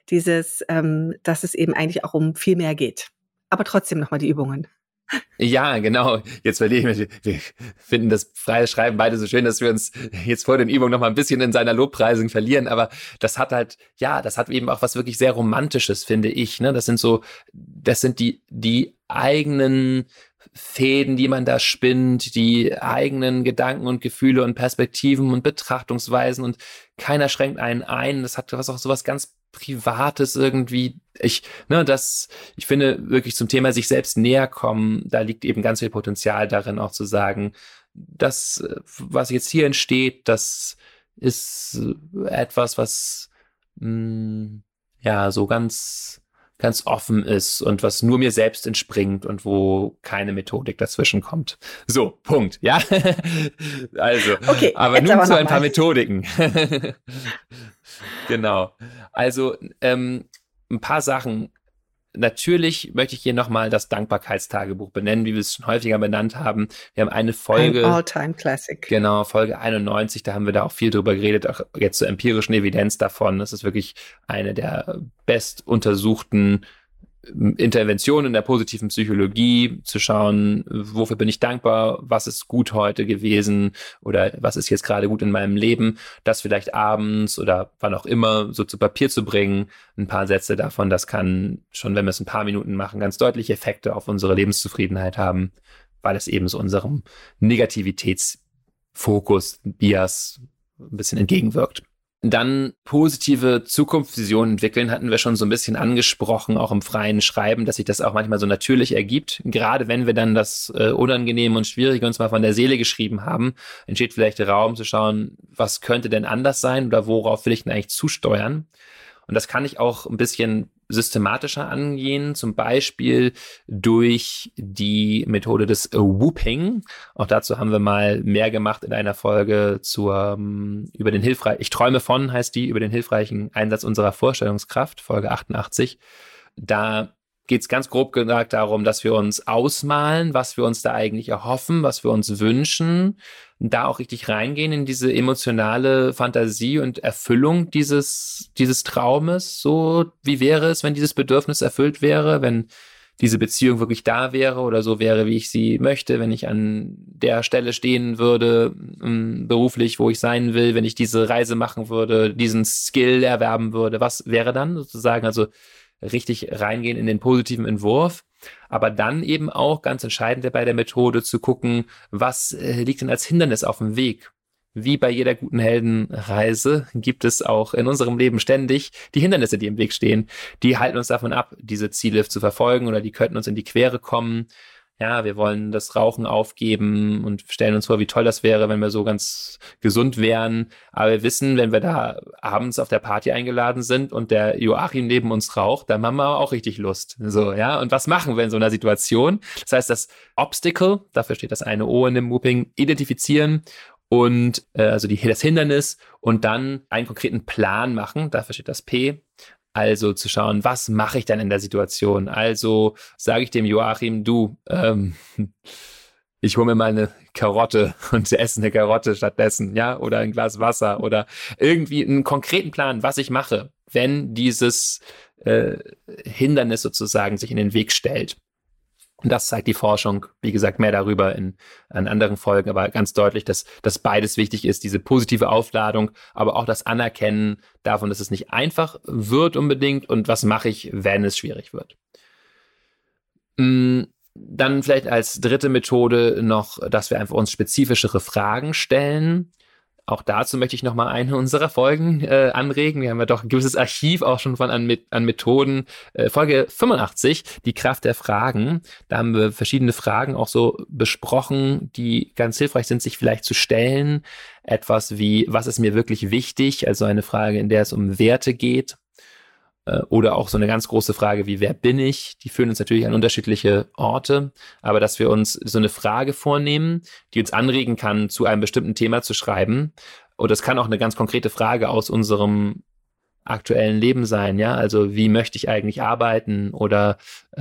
S1: dass es eben eigentlich auch um viel mehr geht. Aber trotzdem nochmal die Übungen.
S3: Ja, genau. Jetzt verliere ich mich. Wir finden das freie Schreiben beide so schön, dass wir uns jetzt vor den Übungen nochmal ein bisschen in seiner Lobpreisung verlieren. Aber das hat eben auch was wirklich sehr Romantisches, finde ich. Ne? Das sind die eigenen Fäden, die man da spinnt, die eigenen Gedanken und Gefühle und Perspektiven und Betrachtungsweisen und keiner schränkt einen ein. Das hat auch sowas ganz Privates irgendwie. Ich finde wirklich zum Thema sich selbst näher kommen, da liegt eben ganz viel Potenzial darin, auch zu sagen, das, was jetzt hier entsteht, das ist etwas, was so ganz offen ist und was nur mir selbst entspringt und wo keine Methodik dazwischen kommt. So, Punkt, ja? Also,
S1: okay,
S3: aber nun zu ein paar Methodiken. Genau. Also, ein paar Sachen. Natürlich möchte ich hier nochmal das Dankbarkeitstagebuch benennen, wie wir es schon häufiger benannt haben. Wir haben eine Folge.
S1: Ein All-Time-Classic.
S3: Genau, Folge 91, da haben wir da auch viel drüber geredet, auch jetzt zur empirischen Evidenz davon. Das ist wirklich eine der bestuntersuchten Interventionen in der positiven Psychologie, zu schauen, wofür bin ich dankbar, was ist gut heute gewesen oder was ist jetzt gerade gut in meinem Leben, das vielleicht abends oder wann auch immer so zu Papier zu bringen. Ein paar Sätze davon, das kann schon, wenn wir es ein paar Minuten machen, ganz deutliche Effekte auf unsere Lebenszufriedenheit haben, weil es eben so unserem Negativitätsfokus, Bias ein bisschen entgegenwirkt. Dann positive Zukunftsvisionen entwickeln, hatten wir schon so ein bisschen angesprochen, auch im freien Schreiben, dass sich das auch manchmal so natürlich ergibt. Gerade wenn wir dann das Unangenehme und Schwierige uns mal von der Seele geschrieben haben, entsteht vielleicht Raum zu schauen, was könnte denn anders sein oder worauf will ich denn eigentlich zusteuern? Und das kann ich auch ein bisschen systematischer angehen, zum Beispiel durch die Methode des Whooping. Auch dazu haben wir mal mehr gemacht in einer Folge über den Ich träume von, heißt die, über den hilfreichen Einsatz unserer Vorstellungskraft, Folge 88. Da geht es ganz grob gesagt darum, dass wir uns ausmalen, was wir uns da eigentlich erhoffen, was wir uns wünschen, da auch richtig reingehen in diese emotionale Fantasie und Erfüllung dieses Traumes. So, wie wäre es, wenn dieses Bedürfnis erfüllt wäre, wenn diese Beziehung wirklich da wäre oder so wäre, wie ich sie möchte, wenn ich an der Stelle stehen würde, beruflich, wo ich sein will, wenn ich diese Reise machen würde, diesen Skill erwerben würde, was wäre dann sozusagen, also richtig reingehen in den positiven Entwurf, aber dann eben auch ganz entscheidend bei der Methode zu gucken, was liegt denn als Hindernis auf dem Weg? Wie bei jeder guten Heldenreise gibt es auch in unserem Leben ständig die Hindernisse, die im Weg stehen. Die halten uns davon ab, diese Ziele zu verfolgen oder die könnten uns in die Quere kommen. Ja, wir wollen das Rauchen aufgeben und stellen uns vor, wie toll das wäre, wenn wir so ganz gesund wären. Aber wir wissen, wenn wir da abends auf der Party eingeladen sind und der Joachim neben uns raucht, dann haben wir auch richtig Lust. So, ja. Und was machen wir in so einer Situation? Das heißt, das Obstacle, dafür steht das eine O in dem Whooping, identifizieren und also das Hindernis und dann einen konkreten Plan machen, dafür steht das P. Also zu schauen, was mache ich dann in der Situation? Also sage ich dem Joachim, du, ich hole mir mal eine Karotte und esse eine Karotte stattdessen, ja, oder ein Glas Wasser oder irgendwie einen konkreten Plan, was ich mache, wenn dieses Hindernis sozusagen sich in den Weg stellt. Und das zeigt die Forschung, wie gesagt, mehr darüber an anderen Folgen, aber ganz deutlich, dass beides wichtig ist, diese positive Aufladung, aber auch das Anerkennen davon, dass es nicht einfach wird unbedingt und was mache ich, wenn es schwierig wird. Dann vielleicht als dritte Methode noch, dass wir einfach uns spezifischere Fragen stellen. Auch dazu möchte ich nochmal eine unserer Folgen anregen. Wir haben ja doch ein gewisses Archiv auch schon an Methoden. Folge 85, die Kraft der Fragen. Da haben wir verschiedene Fragen auch so besprochen, die ganz hilfreich sind, sich vielleicht zu stellen. Etwas wie, was ist mir wirklich wichtig? Also eine Frage, in der es um Werte geht. Oder auch so eine ganz große Frage wie, wer bin ich? Die führen uns natürlich an unterschiedliche Orte, aber dass wir uns so eine Frage vornehmen, die uns anregen kann, zu einem bestimmten Thema zu schreiben. Und das kann auch eine ganz konkrete Frage aus unserem aktuellen Leben sein, ja, also wie möchte ich eigentlich arbeiten oder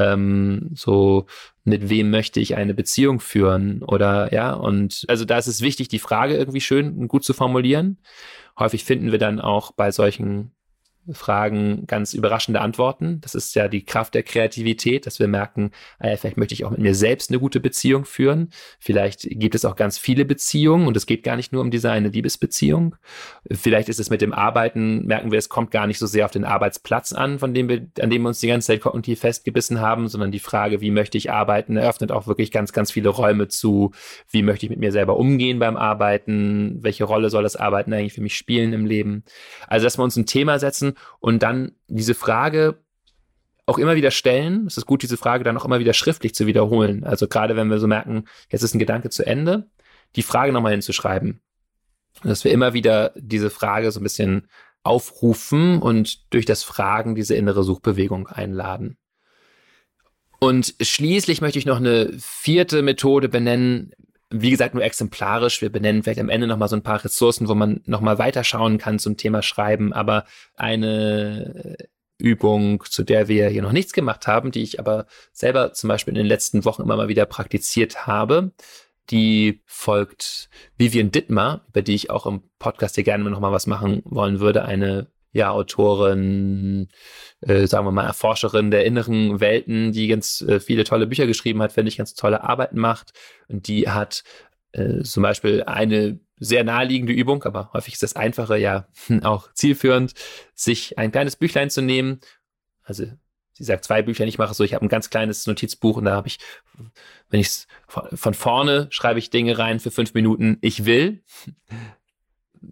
S3: so mit wem möchte ich eine Beziehung führen oder ja, und also da ist es wichtig, die Frage irgendwie schön und gut zu formulieren. Häufig finden wir dann auch bei solchen Fragen ganz überraschende Antworten. Das ist ja die Kraft der Kreativität, dass wir merken, vielleicht möchte ich auch mit mir selbst eine gute Beziehung führen. Vielleicht gibt es auch ganz viele Beziehungen und es geht gar nicht nur um diese eine Liebesbeziehung. Vielleicht ist es mit dem Arbeiten, merken wir, es kommt gar nicht so sehr auf den Arbeitsplatz an, an dem wir uns die ganze Zeit kognitiv festgebissen haben, sondern die Frage, wie möchte ich arbeiten, eröffnet auch wirklich ganz, ganz viele Räume zu, wie möchte ich mit mir selber umgehen beim Arbeiten, welche Rolle soll das Arbeiten eigentlich für mich spielen im Leben. Also, dass wir uns ein Thema setzen und dann diese Frage auch immer wieder stellen. Es ist gut, diese Frage dann auch immer wieder schriftlich zu wiederholen. Also gerade wenn wir so merken, jetzt ist ein Gedanke zu Ende, die Frage nochmal hinzuschreiben. Dass wir immer wieder diese Frage so ein bisschen aufrufen und durch das Fragen diese innere Suchbewegung einladen. Und schließlich möchte ich noch eine vierte Methode benennen, wie gesagt, nur exemplarisch. Wir benennen vielleicht am Ende nochmal so ein paar Ressourcen, wo man nochmal weiterschauen kann zum Thema Schreiben. Aber eine Übung, zu der wir hier noch nichts gemacht haben, die ich aber selber zum Beispiel in den letzten Wochen immer mal wieder praktiziert habe, die folgt Vivian Dittmar, über die ich auch im Podcast hier gerne nochmal was machen wollen würde. Eine Autorin, sagen wir mal, Erforscherin der inneren Welten, die ganz viele tolle Bücher geschrieben hat, finde ich, ganz tolle Arbeiten macht. Und die hat zum Beispiel eine sehr naheliegende Übung, aber häufig ist das Einfache ja auch zielführend, sich ein kleines Büchlein zu nehmen. Also sie sagt 2 Büchlein, ich mache es so, ich habe ein ganz kleines Notizbuch und da habe ich, wenn ich von vorne schreibe ich Dinge rein für 5 Minuten, ich will.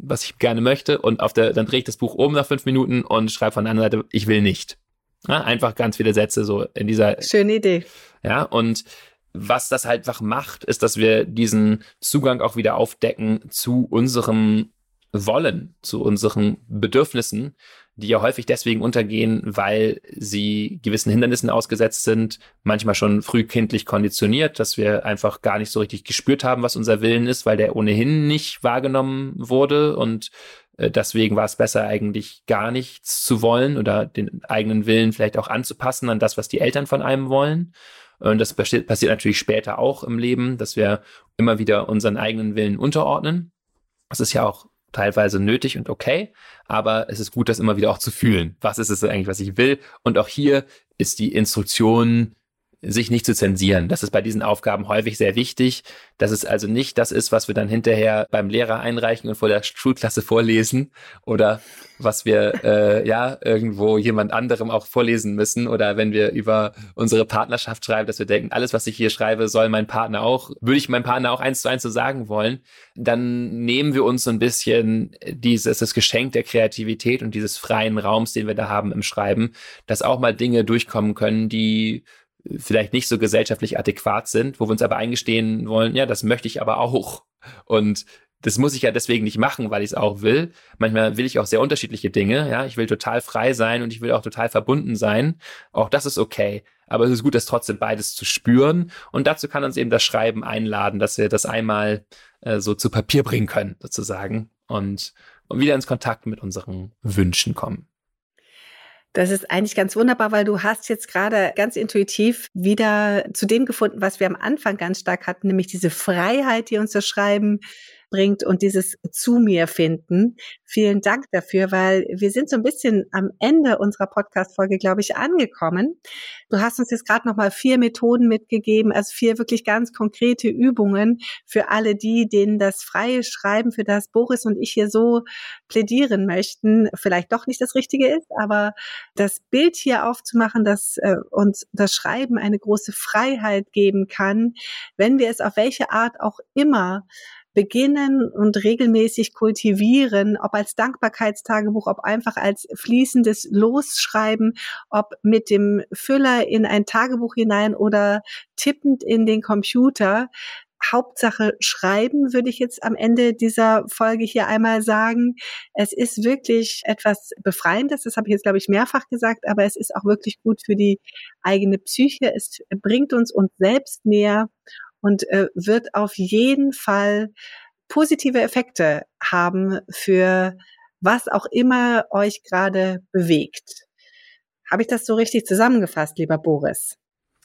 S3: was ich gerne möchte und dann drehe ich das Buch um nach 5 Minuten und schreibe von der anderen Seite, ich will nicht. Ja, einfach ganz viele Sätze so in dieser...
S1: Schöne Idee.
S3: Ja, und was das halt einfach macht, ist, dass wir diesen Zugang auch wieder aufdecken zu unserem Wollen, zu unseren Bedürfnissen, die ja häufig deswegen untergehen, weil sie gewissen Hindernissen ausgesetzt sind, manchmal schon frühkindlich konditioniert, dass wir einfach gar nicht so richtig gespürt haben, was unser Willen ist, weil der ohnehin nicht wahrgenommen wurde und deswegen war es besser, eigentlich gar nichts zu wollen oder den eigenen Willen vielleicht auch anzupassen an das, was die Eltern von einem wollen. Und das passiert natürlich später auch im Leben, dass wir immer wieder unseren eigenen Willen unterordnen. Das ist ja auch teilweise nötig und okay, aber es ist gut, das immer wieder auch zu fühlen. Was ist es eigentlich, was ich will? Und auch hier ist die Instruktion, sich nicht zu zensieren. Das ist bei diesen Aufgaben häufig sehr wichtig, dass es also nicht das ist, was wir dann hinterher beim Lehrer einreichen und vor der Schulklasse vorlesen oder was wir irgendwo jemand anderem auch vorlesen müssen oder wenn wir über unsere Partnerschaft schreiben, dass wir denken, alles, was ich hier schreibe, würde ich meinem Partner auch 1:1 so sagen wollen, dann nehmen wir uns so ein bisschen das Geschenk der Kreativität und dieses freien Raums, den wir da haben im Schreiben, dass auch mal Dinge durchkommen können, die vielleicht nicht so gesellschaftlich adäquat sind, wo wir uns aber eingestehen wollen, ja, das möchte ich aber auch. Und das muss ich ja deswegen nicht machen, weil ich es auch will. Manchmal will ich auch sehr unterschiedliche Dinge. Ja, ich will total frei sein und ich will auch total verbunden sein. Auch das ist okay. Aber es ist gut, das trotzdem beides zu spüren. Und dazu kann uns eben das Schreiben einladen, dass wir das einmal so zu Papier bringen können, sozusagen. Und wieder ins Kontakt mit unseren Wünschen kommen.
S1: Das ist eigentlich ganz wunderbar, weil du hast jetzt gerade ganz intuitiv wieder zu dem gefunden, was wir am Anfang ganz stark hatten, nämlich diese Freiheit, die uns das Schreiben bringt und dieses zu mir finden. Vielen Dank dafür, weil wir sind so ein bisschen am Ende unserer Podcast-Folge, glaube ich, angekommen. Du hast uns jetzt gerade nochmal 4 Methoden mitgegeben, also 4 wirklich ganz konkrete Übungen für alle die, denen das freie Schreiben, für das Boris und ich hier so plädieren möchten, vielleicht doch nicht das Richtige ist, aber das Bild hier aufzumachen, dass uns das Schreiben eine große Freiheit geben kann, wenn wir es auf welche Art auch immer beginnen und regelmäßig kultivieren, ob als Dankbarkeitstagebuch, ob einfach als fließendes Losschreiben, ob mit dem Füller in ein Tagebuch hinein oder tippend in den Computer. Hauptsache schreiben, würde ich jetzt am Ende dieser Folge hier einmal sagen. Es ist wirklich etwas Befreiendes, das habe ich jetzt, glaube ich, mehrfach gesagt, aber es ist auch wirklich gut für die eigene Psyche. Es bringt uns selbst näher und wird auf jeden Fall positive Effekte haben für was auch immer euch gerade bewegt. Habe ich das so richtig zusammengefasst, lieber Boris?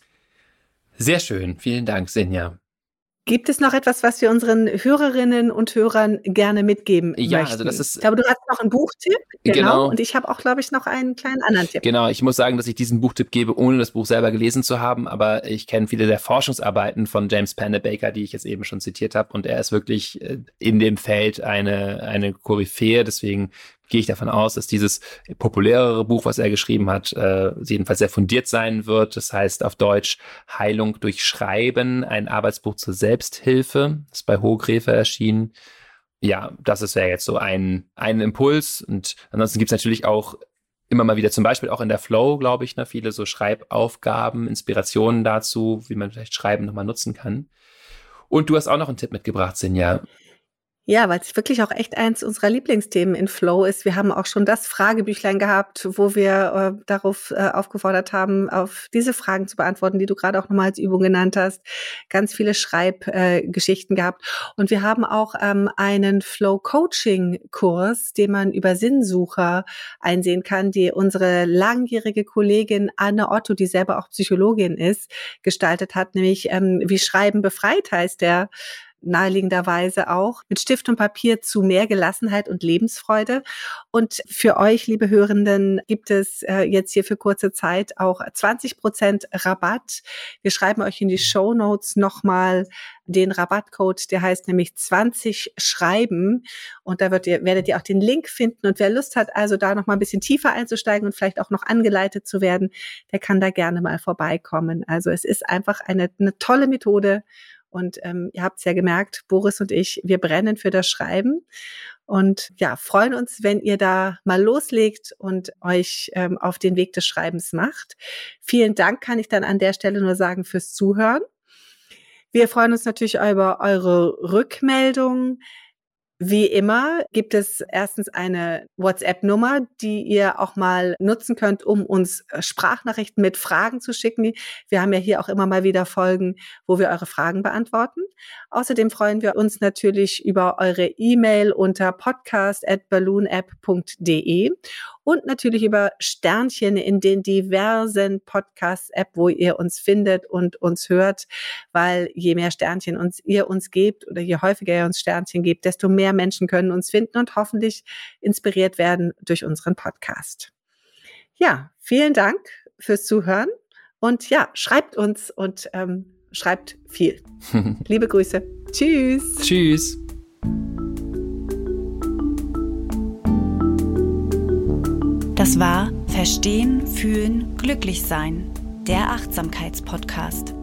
S3: Sehr schön. Vielen Dank, Sinja.
S1: Gibt es noch etwas, was wir unseren Hörerinnen und Hörern gerne mitgeben möchten?
S3: Also das ist...
S1: Ich glaube, du hast noch einen Buchtipp.
S3: Genau.
S1: Und ich habe auch, glaube ich, noch einen kleinen anderen Tipp.
S3: Genau, ich muss sagen, dass ich diesen Buchtipp gebe, ohne das Buch selber gelesen zu haben, aber ich kenne viele der Forschungsarbeiten von James Pennebaker, die ich jetzt eben schon zitiert habe, und er ist wirklich in dem Feld eine Koryphäe, deswegen gehe ich davon aus, dass dieses populärere Buch, was er geschrieben hat, jedenfalls sehr fundiert sein wird. Das heißt auf Deutsch Heilung durch Schreiben, ein Arbeitsbuch zur Selbsthilfe. Das ist bei Hohgräfe erschienen. Ja, das ist ja jetzt so ein Impuls. Und ansonsten gibt es natürlich auch immer mal wieder, zum Beispiel auch in der Flow, glaube ich, viele so Schreibaufgaben, Inspirationen dazu, wie man vielleicht Schreiben nochmal nutzen kann. Und du hast auch noch einen Tipp mitgebracht, Sinja.
S1: Ja, weil es wirklich auch echt eins unserer Lieblingsthemen in Flow ist. Wir haben auch schon das Fragebüchlein gehabt, wo wir darauf aufgefordert haben, auf diese Fragen zu beantworten, die du gerade auch nochmal als Übung genannt hast. Ganz viele Schreibgeschichten gehabt. Und wir haben auch einen Flow-Coaching-Kurs, den man über Sinnsucher einsehen kann, die unsere langjährige Kollegin Anne Otto, die selber auch Psychologin ist, gestaltet hat, nämlich wie Schreiben befreit heißt der, naheliegenderweise auch, mit Stift und Papier zu mehr Gelassenheit und Lebensfreude. Und für euch, liebe Hörenden, gibt es jetzt hier für kurze Zeit auch 20% Rabatt. Wir schreiben euch in die Shownotes nochmal den Rabattcode, der heißt nämlich 20 Schreiben. Und da werdet ihr auch den Link finden. Und wer Lust hat, also da nochmal ein bisschen tiefer einzusteigen und vielleicht auch noch angeleitet zu werden, der kann da gerne mal vorbeikommen. Also es ist einfach eine tolle Methode. Und ihr habt es ja gemerkt, Boris und ich, wir brennen für das Schreiben. Und ja, freuen uns, wenn ihr da mal loslegt und euch auf den Weg des Schreibens macht. Vielen Dank, kann ich dann an der Stelle nur sagen, fürs Zuhören. Wir freuen uns natürlich über eure Rückmeldungen. Wie immer gibt es erstens eine WhatsApp-Nummer, die ihr auch mal nutzen könnt, um uns Sprachnachrichten mit Fragen zu schicken. Wir haben ja hier auch immer mal wieder Folgen, wo wir eure Fragen beantworten. Außerdem freuen wir uns natürlich über eure E-Mail unter podcast@balloonapp.de und natürlich über Sternchen in den diversen Podcast-App, wo ihr uns findet und uns hört, weil je mehr Sternchen ihr uns gebt oder je häufiger ihr uns Sternchen gebt, desto mehr Menschen können uns finden und hoffentlich inspiriert werden durch unseren Podcast. Ja, vielen Dank fürs Zuhören und ja, schreibt uns und schreibt viel. Liebe Grüße. Tschüss.
S3: Tschüss.
S2: Das war Verstehen, Fühlen, Glücklich sein, der Achtsamkeitspodcast.